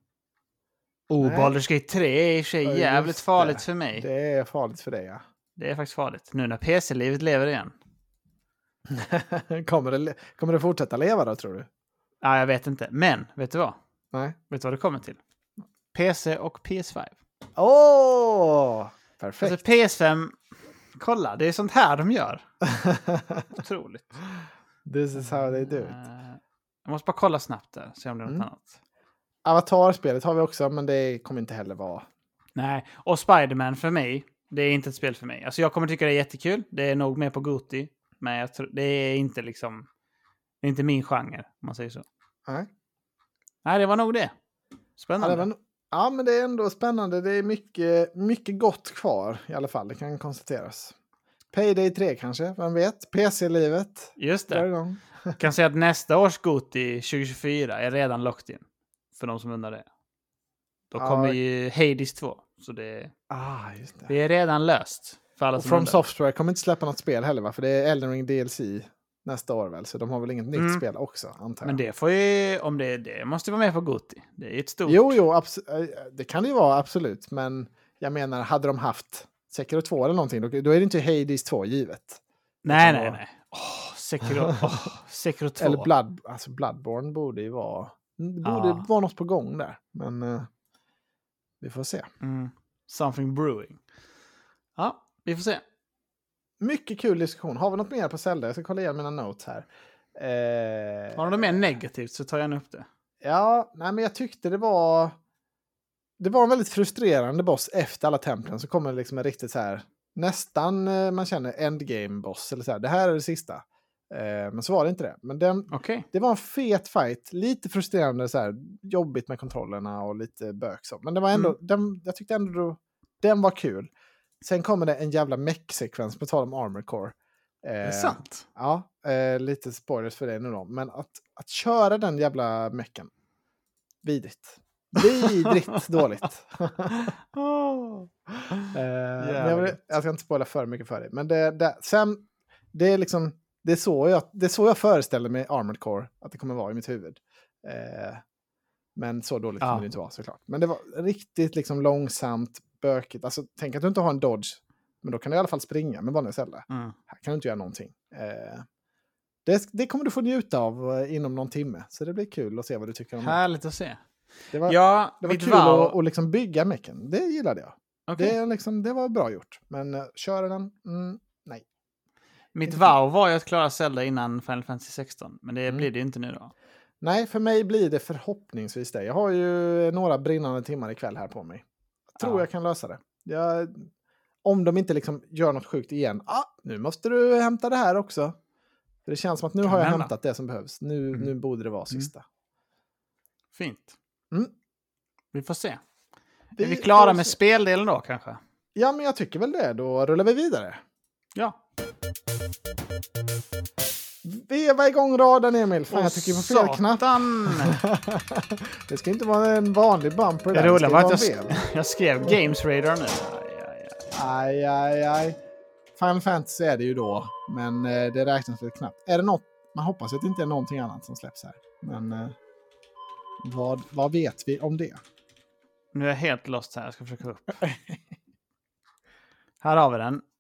Baldur's Gate 3 är i sig jävligt farligt för mig. Det är farligt för dig, ja. Det är faktiskt farligt. Nu när PC-livet lever igen. Kommer det fortsätta leva då, tror du? Ja, jag vet inte. Men, vet du vad? Nej. Vet du vad det kommer till? PC och PS5. Perfekt. Alltså PS5, kolla, det är sånt här de gör. Otroligt. This is how they do it. Jag måste bara kolla snabbt där, se om det är något annat. Avatar-spelet har vi också, men det kommer inte heller vara... Nej, och Spider-Man för mig, det är inte ett spel för mig. Alltså jag kommer tycka det är jättekul, det är nog mer på GOTY, men jag tror, det är inte liksom... Det är inte min genre, om man säger så. Nej, det var nog det. Spännande. Ja, men det är ändå spännande. Det är mycket gott kvar i alla fall, det kan konstateras. Payday 3 kanske, vem vet? PC-livet. Just det. Jag kan säga att nästa års GOTY 2024 är redan locked in. För de som undrar det. Då kommer ju Hades 2. Så det är redan löst. För alla som From Software kommer inte släppa något spel heller, va? För det är Elden Ring DLC nästa år väl. Så de har väl inget nytt spel också, antar jag. Men det får ju, om det är det, måste vara med på GOTY. Det är ett stort... Jo, det kan det ju vara, absolut. Men jag menar, hade de haft Sekiro 2 eller någonting, då är det inte Hades 2 givet. Nej. Sekiro 2. Eller Bloodborne borde ju vara... Det borde vara något på gång där. Men vi får se. Something brewing. Ja, vi får se. Mycket kul diskussion. Har vi något mer på Zelda? Jag ska kolla igen mina notes här. Har du något mer negativt så tar jag upp det. Ja, nej men jag tyckte det var en väldigt frustrerande boss efter alla templen. Så kommer det liksom en riktigt så här, nästan man känner endgame-boss. Eller så här, det här är det sista. Men så var det inte det. Men det var en fet fight. Lite frustrerande, så här, jobbigt med kontrollerna och lite bök så. Men det var ändå, jag tyckte ändå den var kul. Sen kommer det en jävla mech-sekvens på tal om Armored Core. Det är sant. Ja, lite spoilers för det nu då. Men att köra den jävla mechen. Vidrigt dåligt. Jag ska inte spoila för mycket för dig. Men det är liksom det är så jag föreställer mig Armored Core att det kommer vara i mitt huvud. Men så dåligt kommer det inte vara, såklart. Men det var riktigt liksom långsamt, bökigt. Alltså, tänk att du inte har en dodge. Men då kan du i alla fall springa med vanliga Zelda. Här kan du inte göra någonting. Det kommer du få njuta av inom någon timme. Så det blir kul att se vad du tycker om det. Härligt att se. Det var kul att liksom bygga mechen. Det gillade jag. Okay. Det var bra gjort. Men köra den? Nej. Mitt wow var ju att klara Zelda innan Final Fantasy 16. Men det blir det inte nu då. Nej, för mig blir det förhoppningsvis det. Jag har ju några brinnande timmar ikväll här på mig. Jag tror jag kan lösa det. Om de inte liksom gör något sjukt igen. Nu måste du hämta det här också. För det känns som att nu har jag hämtat det som behövs. Nu borde det vara sista. Fint. Vi får se. Är vi klara med speldelen då kanske? Ja, men jag tycker väl det. Då rullar vi vidare. Ja. Veva igång raden, Emil. Fan, jag tycker på fel knapp. Det ska inte vara en vanlig bumper. Det roliga var att jag skrev Games Radar nu. Aj. Final Fantasy är det ju då. Men det räknas väl knappt. Är det något? Man hoppas att det inte är någonting annat som släpps här. Men vad vet vi om det? Nu är jag helt lost här. Jag ska försöka upp. Här har vi den.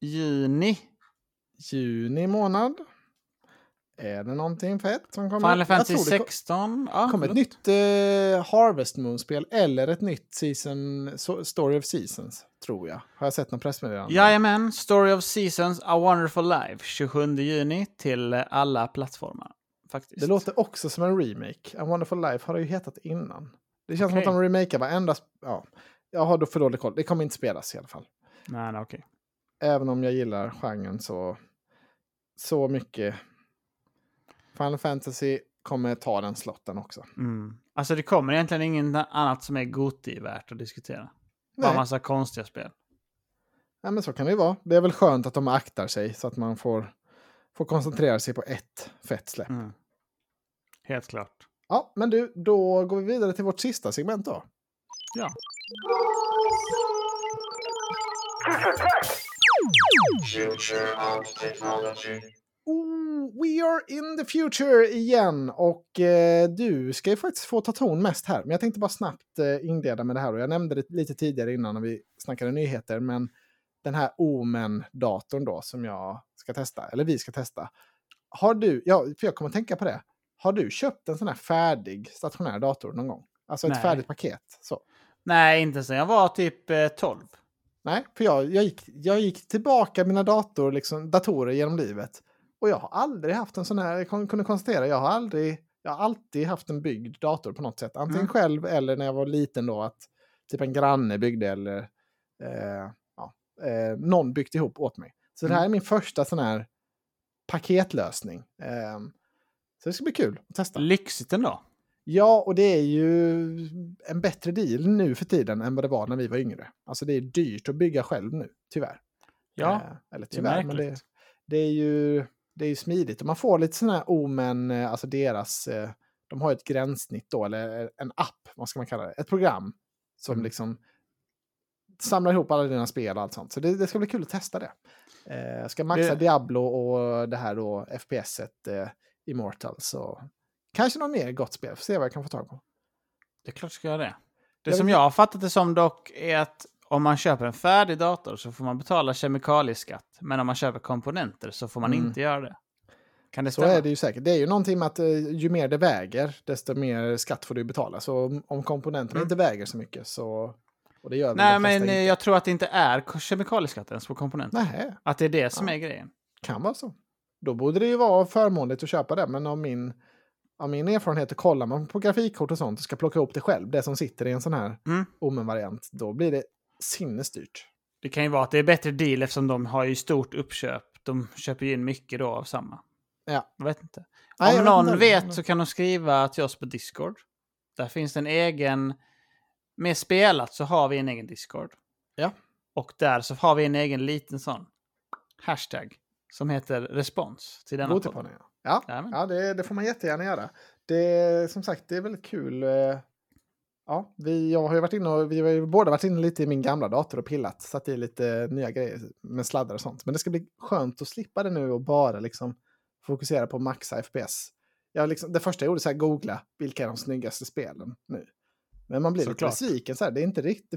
Juni månad. Är det någonting fett som kommer? Final Fantasy 16. Kommer ett nytt Harvest Moon-spel eller ett nytt Story of Seasons, tror jag. Har jag sett någon pressmeddelande? Jajamän, Story of Seasons, A Wonderful Life, 27 juni till alla plattformar. Faktiskt. Det låter också som en remake. A Wonderful Life har det ju hetat innan. Det känns som att de remakear varenda... Ja, jag har då för dålig koll. Det kommer inte spelas i alla fall. Nej, okej. Även om jag gillar genren så mycket... Final Fantasy kommer ta den slotten också. Alltså det kommer egentligen inget annat som är GOTY-värt att diskutera. Bara massa konstiga spel. Ja, men så kan det ju vara. Det är väl skönt att de aktar sig så att man får koncentrera sig på ett fett släpp. Helt klart. Ja, men du, då går vi vidare till vårt sista segment då. Ja. Future of Technology. We are in the future igen. Och du ska ju faktiskt få ta ton mest här. Men jag tänkte bara snabbt inleda med det här. Och jag nämnde det lite tidigare innan när vi snackade nyheter. Men den här Omen-datorn då som jag ska testa. Eller vi ska testa. Har du, för jag kommer att tänka på det. Har du köpt en sån här färdig stationär dator någon gång? Alltså ett färdigt paket? Så. Nej, inte sen jag var typ 12. Nej, för jag gick tillbaka mina datorer genom livet. Och jag har aldrig haft en sån här, jag kunde konstatera, jag har alltid haft en byggd dator på något sätt. Antingen själv eller när jag var liten då att typ en granne byggde eller någon byggt ihop åt mig. Så det här är min första sån här paketlösning. Så det ska bli kul att testa. Lyxigt ändå. Ja, och det är ju en bättre deal nu för tiden än vad det var när vi var yngre. Alltså det är dyrt att bygga själv nu, tyvärr. Ja, eller tyvärr, men det är ju smidigt. Och man får lite sådana här Omen, alltså deras, de har ett gränssnitt då, eller en app, vad ska man kalla det? Ett program som liksom samlar ihop alla dina spel och allt sånt. Så det ska bli kul att testa det. Jag ska maxa Diablo och det här då, FPS-et Immortals och kanske något mer gott spel. Får se vad jag kan få tag på. Det är klart ska jag det. Det som jag har fattat det som dock är att om man köper en färdig dator så får man betala kemikalieskatt. Men om man köper komponenter så får man inte göra det. Kan det stämma? Så är det ju säkert. Det är ju någonting med att ju mer det väger, desto mer skatt får du betala. Så om komponenterna inte väger så mycket så... Och det gör nej, men jag tror att det inte är kemikalieskatt ens på komponenter. Nej. Att det är det som är grejen. Kan vara så. Då borde det ju vara förmånligt att köpa det. Men av min erfarenhet, kollar man på grafikkort och sånt och ska plocka upp det själv, det som sitter i en sån här Omen-variant, då blir det sinnesstyrt. Det kan ju vara att det är bättre deal eftersom de har ju stort uppköp. De köper ju in mycket då av samma. Ja. Jag vet inte. Om någon vet så kan de skriva till oss på Discord. Där finns det en egen... Med spelat så har vi en egen Discord. Ja. Och där så har vi en egen liten sån hashtag som heter respons till denna podd. Ja, det får man jättegärna göra. Det, som sagt, det är väldigt kul. Ja, jag har ju varit inne och vi har ju båda varit inne lite i min gamla dator och pillat. Satt i lite nya grejer med sladdar och sånt. Men det ska bli skönt att slippa det nu och bara liksom fokusera på maxa FPS. Det första jag gjorde så här, googla vilka är de snyggaste spelen nu. Men man blir lite besviken så här. Det är inte riktigt, det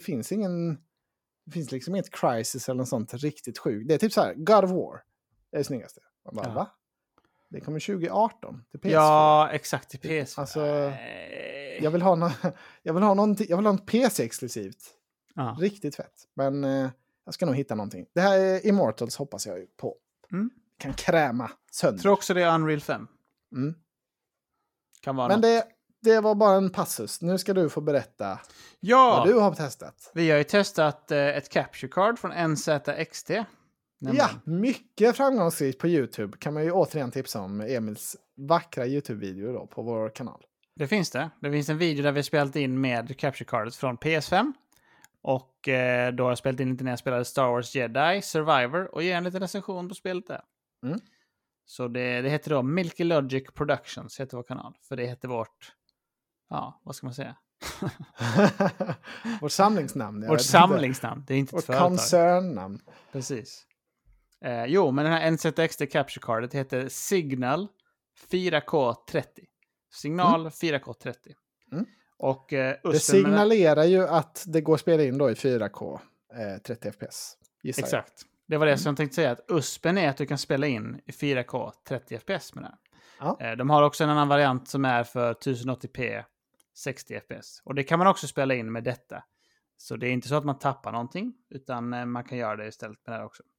finns liksom inget Crysis eller något sånt riktigt sjukt. Det är typ så här, God of War är det snyggaste. Man bara, va? Det kommer 2018 till PS4. Ja, exakt, till PS4. Alltså, jag vill ha något PC-exklusivt. Riktigt fett. Men jag ska nog hitta någonting. Det här är Immortals hoppas jag ju på. Kan kräma sönder. Jag tror också det är Unreal 5. Kan vara Men det var bara en passus. Nu ska du få berätta vad du har testat. Vi har ju testat ett capture card från NZXT. Ja, mycket framgångsrikt på YouTube. Kan man ju återigen tipsa om Emils vackra YouTube-video då på vår kanal. Det finns det. Det finns en video där vi har spelat in med capture cardet från PS5. Och då har jag spelat in lite när jag spelade Star Wars Jedi Survivor och ger en liten recension på spelet där. Så det heter då Milky Logic Productions, heter vår kanal. För det heter vårt, vad ska man säga? Vårt samlingsnamn. Vårt samlingsnamn, det är inte ett företag. Vårt koncernnamn. Precis. Men den här NZXT Capture Cardet heter Signal 4K30. Signal 4K30. Och det signalerar ju att det går att spela in då i 4K 30 FPS. Exakt. Det var det som jag tänkte säga. Att USPen är att du kan spela in i 4K 30 FPS med det här. De har också en annan variant som är för 1080p 60 FPS. Och det kan man också spela in med detta. Så det är inte så att man tappar någonting. Utan man kan göra det istället med det här också.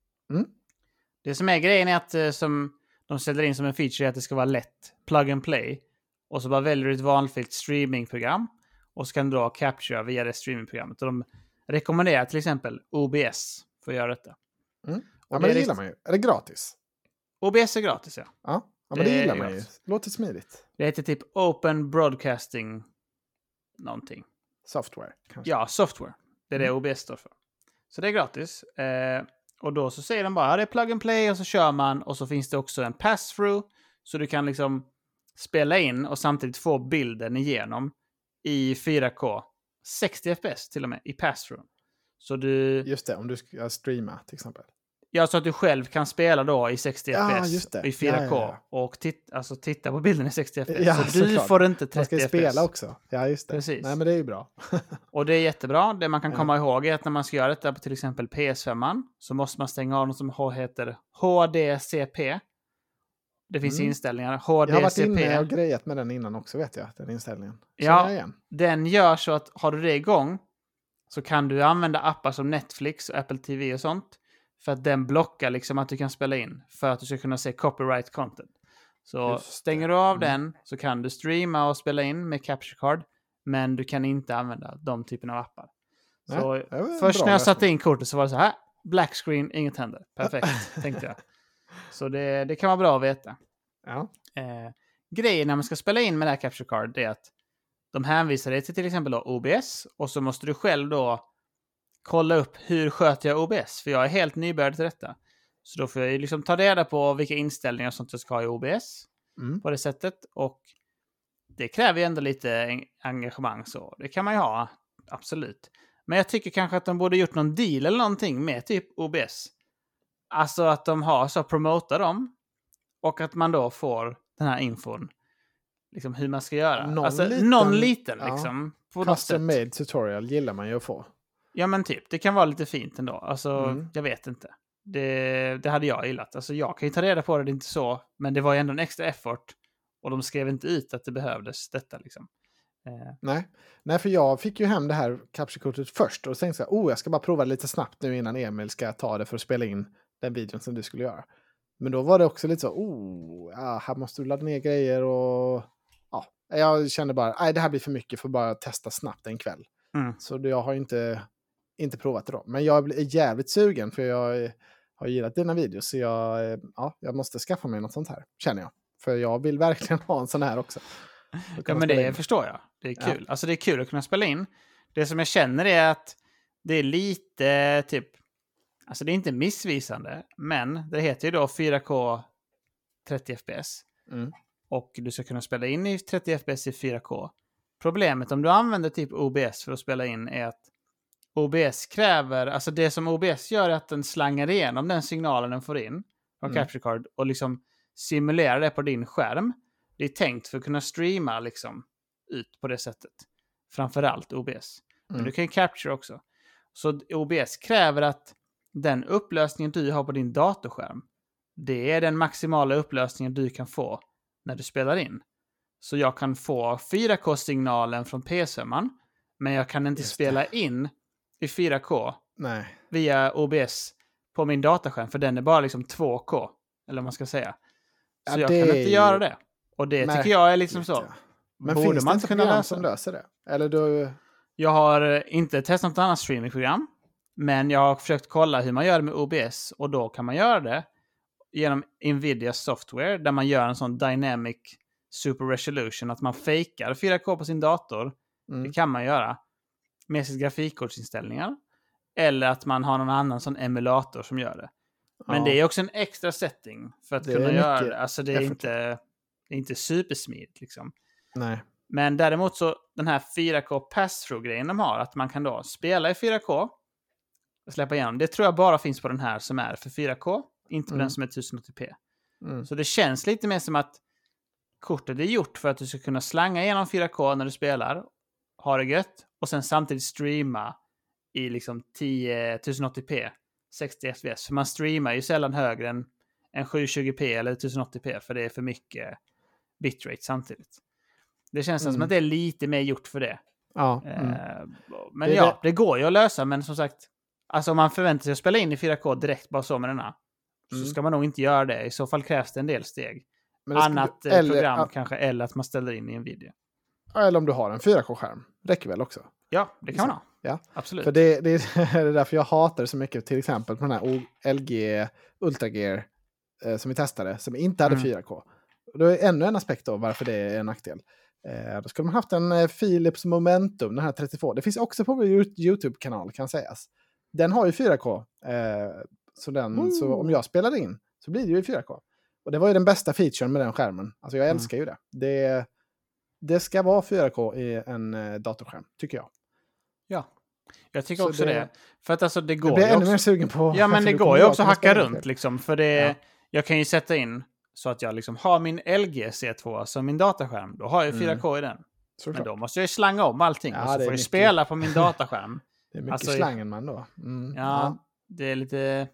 Det som är grejen är att som de ställer in som en feature är att det ska vara lätt. Plug and play. Och så bara väljer du ett vanligt streamingprogram. Och så kan du då capture via det streamingprogrammet. Och de rekommenderar till exempel OBS för att göra detta. Ja, men det gillar man ju. Är det gratis? OBS är gratis, ja. Ja, men det gillar man ju. Låter smidigt. Det heter typ Open Broadcasting någonting. Software, kanske. Ja, software. Det är det OBS står för. Så det är gratis. Och då så säger de bara, det är plug and play och så kör man. Och så finns det också en pass-through. Så du kan liksom spela in och samtidigt få bilden igenom i 4K. 60 FPS till och med i pass-through. Så du... Just det, om du ska streama till exempel. Ja, så att du själv kan spela då i 60 FPS i 4K och titta på bilden i 60 FPS. Ja, så du får inte 30 FPS. Man ska spela också. Ja, just det. Precis. Nej, men det är ju bra. Och det är jättebra. Det man kan komma ihåg är att när man ska göra detta på till exempel PS5 så måste man stänga av något som heter HDCP. Det finns inställningar. HDCP. Jag har varit inne och grejat med den innan också, vet jag. Den inställningen. Den gör så att har du det igång så kan du använda appar som Netflix och Apple TV och sånt. För att den blockar liksom att du kan spela in. För att du ska kunna se copyright content. Så stänger du av den så kan du streama och spela in med capture card. Men du kan inte använda de typen av appar. Så först när jag satte in kortet så var det så här. Black screen, inget händer. Perfekt, tänkte jag. Så det kan vara bra att veta. Ja. Grejen när man ska spela in med det här capture card är att de hänvisar dig till exempel då OBS. Och så måste du själv då kolla upp hur sköter jag OBS. För jag är helt nybörjare till detta. Så då får jag liksom ta reda på vilka inställningar som jag ska ha i OBS. På det sättet. Och det kräver ju ändå lite engagemang. Så det kan man ju ha. Absolut. Men jag tycker kanske att de borde gjort någon deal eller någonting med typ OBS. Alltså att de har så promota dem. Och att man då får den här infon. Liksom hur man ska göra. Någon liten liksom. Custom made tutorial gillar man ju att få. Ja men typ, det kan vara lite fint ändå. Alltså, jag vet inte. Det hade jag gillat. Alltså jag kan ju ta reda på det, det är inte så. Men det var ju ändå en extra effort. Och de skrev inte ut att det behövdes detta liksom. Nej, för jag fick ju hem det här capture-kortet först. Och tänkte så här, jag ska bara prova det lite snabbt nu innan Emil ska ta det för att spela in den videon som du skulle göra. Men då var det också lite så, här måste du ladda ner grejer och... Ja, jag kände bara, det här blir för mycket för att bara testa snabbt en kväll. Så jag har inte provat det då. Men jag är jävligt sugen för jag har gillat dina videos. Så jag måste skaffa mig något sånt här, känner jag. För jag vill verkligen ha en sån här också. Ja, men det förstår jag. Det är kul. Alltså det är kul att kunna spela in. Det som jag känner är att det är lite typ... Alltså det är inte missvisande. Men det heter ju då 4K 30 FPS. Och du ska kunna spela in i 30 FPS i 4K. Problemet om du använder typ OBS för att spela in är att OBS kräver, alltså det som OBS gör är att den slangar igenom den signalen den får in från capture card och liksom simulerar det på din skärm. Det är tänkt för att kunna streama liksom ut på det sättet. Framförallt OBS. Men du kan ju capture också. Så OBS kräver att den upplösningen du har på din datorskärm, det är den maximala upplösningen du kan få när du spelar in. Så jag kan få 4K-signalen från PS5, men jag kan inte spela in i 4K via OBS på min dataskärm, för den är bara liksom 2K, eller vad man ska säga. Så jag kan inte göra det. Och det tycker jag är liksom så. Men finns det inte program som löser det? Eller du... Jag har inte testat något annat streamingprogram. Men jag har försökt kolla hur man gör det med OBS. Och då kan man göra det genom Nvidia software. Där man gör en sån dynamic super resolution. Att man fejkar 4K på sin dator. Det kan man göra. Med sitt grafikkortsinställningar. Eller att man har någon annan sån emulator som gör det. Men det är också en extra setting. För att kunna göra det. Alltså det är inte supersmidigt liksom. Nej. Men däremot så den här 4K pass-through-grejen de har. Att man kan då spela i 4K. Och släppa igenom. Det tror jag bara finns på den här som är för 4K. Inte på den som är 1080p. Så det känns lite mer som att kortet är gjort för att du ska kunna slanga igenom 4K när du spelar. Ha det gött. Och sen samtidigt streama i liksom 1080p. 60 fps. För man streamar ju sällan högre än 720p eller 1080p. För det är för mycket bitrate samtidigt. Det känns som att det är lite mer gjort för det. Ja. Men det går ju att lösa. Men som sagt, alltså om man förväntar sig att spela in i 4K direkt bara så med denna. Så ska man nog inte göra det. I så fall krävs det en del steg. Annat program kanske. Eller att man ställer in i en video. Eller om du har en 4K-skärm. Räcker väl också. Ja, det kan man ha. Ja. Absolut. För det är därför jag hatar så mycket. Till exempel på den här LG Ultra Gear som vi testade. Som inte hade 4K. Och då är ännu en aspekt av varför det är en nackdel. Då skulle man haft en Philips Momentum, den här 32. Det finns också på vår YouTube-kanal kan sägas. Den har ju 4K. Så om jag spelar in så blir det ju 4K. Och det var ju den bästa featuren med den skärmen. Alltså jag älskar ju det. Det ska vara 4K i en datorskärm, tycker jag. Ja, jag tycker så också det. För att alltså det går jag blir ju ännu mer sugen på... Ja, men det går ju också att hacka runt liksom. För det, jag kan ju sätta in så att jag liksom har min LG C2 som min dataskärm. Då har jag 4K i den. Såklart. Men då måste jag slanga om allting. Och så får jag spela på min dataskärm. Det är mycket slangen man då. Det är lite...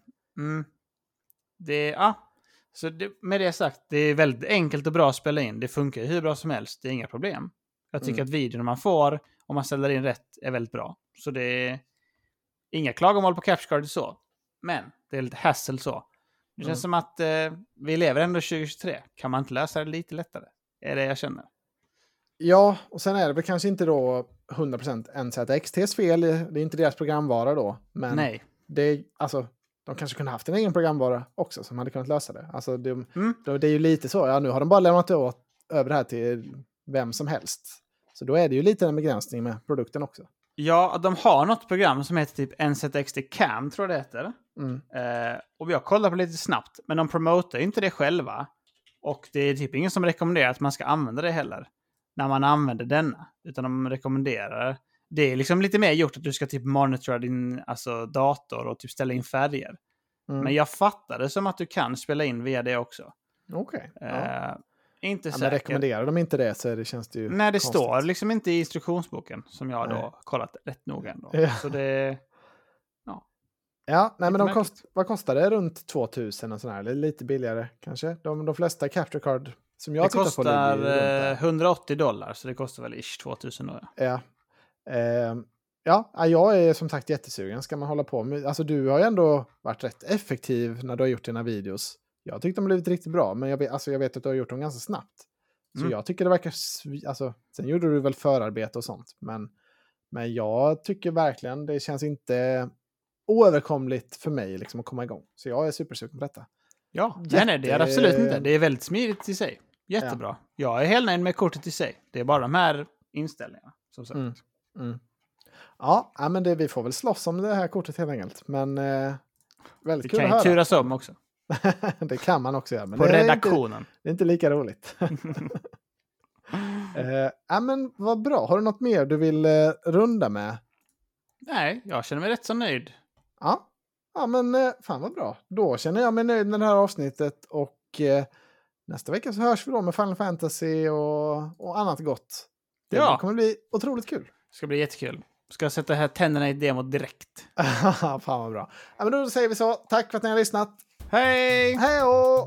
Så med det sagt, det är väldigt enkelt och bra att spela in. Det funkar hur bra som helst. Det är inga problem. Jag tycker att videon man får, om man ställer in rätt, är väldigt bra. Så det är inga klagomål på Capture Card så. Men det är lite hassle så. Det känns som att vi lever ändå 2023. Kan man inte lösa det lite lättare? Är det jag känner. Ja, och sen är det väl kanske inte då 100% NZXTs fel. Det är inte deras programvara då. Men nej. Det är, alltså, de kanske kunde haft en egen programvara också som hade kunnat lösa det. Alltså det är ju lite så. Ja, nu har de bara lämnat över det här till vem som helst. Så då är det ju lite en begränsning med produkten också. Ja, de har något program som heter typ NZXT Cam, tror jag det heter. Och vi har kollat på lite snabbt. Men de promotar ju inte det själva. Och det är typ ingen som rekommenderar att man ska använda det heller. När man använder denna. Utan de rekommenderar. Det är liksom lite mer gjort att du ska typ monitora din dator och typ ställa in färger. Men jag fattar det som att du kan spela in via det också. Okej. Inte säker. Men rekommenderar de inte det så känns det ju nej, det konstigt. står liksom inte i instruktionsboken som jag då kollat rätt noga ändå. Så det... Ja, nej, men vad kostar det? Runt 2000 och sådär, eller lite billigare kanske. De flesta Capture Card som jag tittar på det kostar $180, så det kostar väl ish 2000 då. Ja. Jag är som sagt jättesugen. Ska man hålla på med, alltså du har ju ändå varit rätt effektiv när du har gjort dina videos. Jag tyckte de blivit riktigt bra, men jag vet att du har gjort dem ganska snabbt. Så jag tycker det verkar, sen gjorde du väl förarbete och sånt, men jag tycker verkligen det känns inte oöverkomligt för mig liksom att komma igång. Så jag är supersugen på detta. Ja, nej, det är absolut inte. Det är väldigt smidigt i sig. Jättebra. Ja. Jag är helt nöjd med kortet i sig. Det är bara de här inställningarna, som sagt. Ja, men vi får väl slåss om det här kortet helt enkelt. Men väldigt kul att höra. Det kan ju turas om också. Det kan man också göra. Men på redaktionen. Det är inte lika roligt. Men vad bra. Har du något mer du vill runda med? Nej, jag känner mig rätt så nöjd. Ja, men fan vad bra. Då känner jag mig nöjd med det här avsnittet. Och nästa vecka så hörs vi då med Final Fantasy och annat gott. Det kommer bli otroligt kul. Det ska bli jättekul. Ska jag sätta här tänderna i demot direkt. Fan vad bra. Ja, men då säger vi så. Tack för att ni har lyssnat. Hej! Hej då!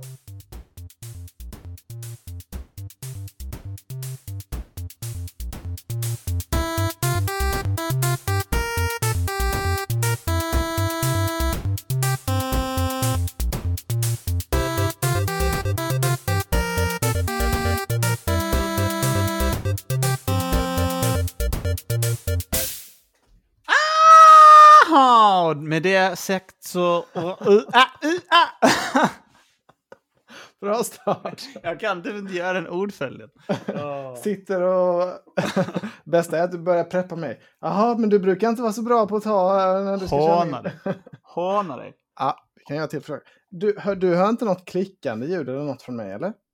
och med det sagt så... Bra start. Jag kan typ inte göra en ordföljd. Sitter och... Bästa är att du börjar preppa mig. Jaha, men du brukar inte vara så bra på att ta... När du ska Håna dig. Ja, det kan jag tillfråga. Du hör inte något klickande ljud eller något från mig, eller?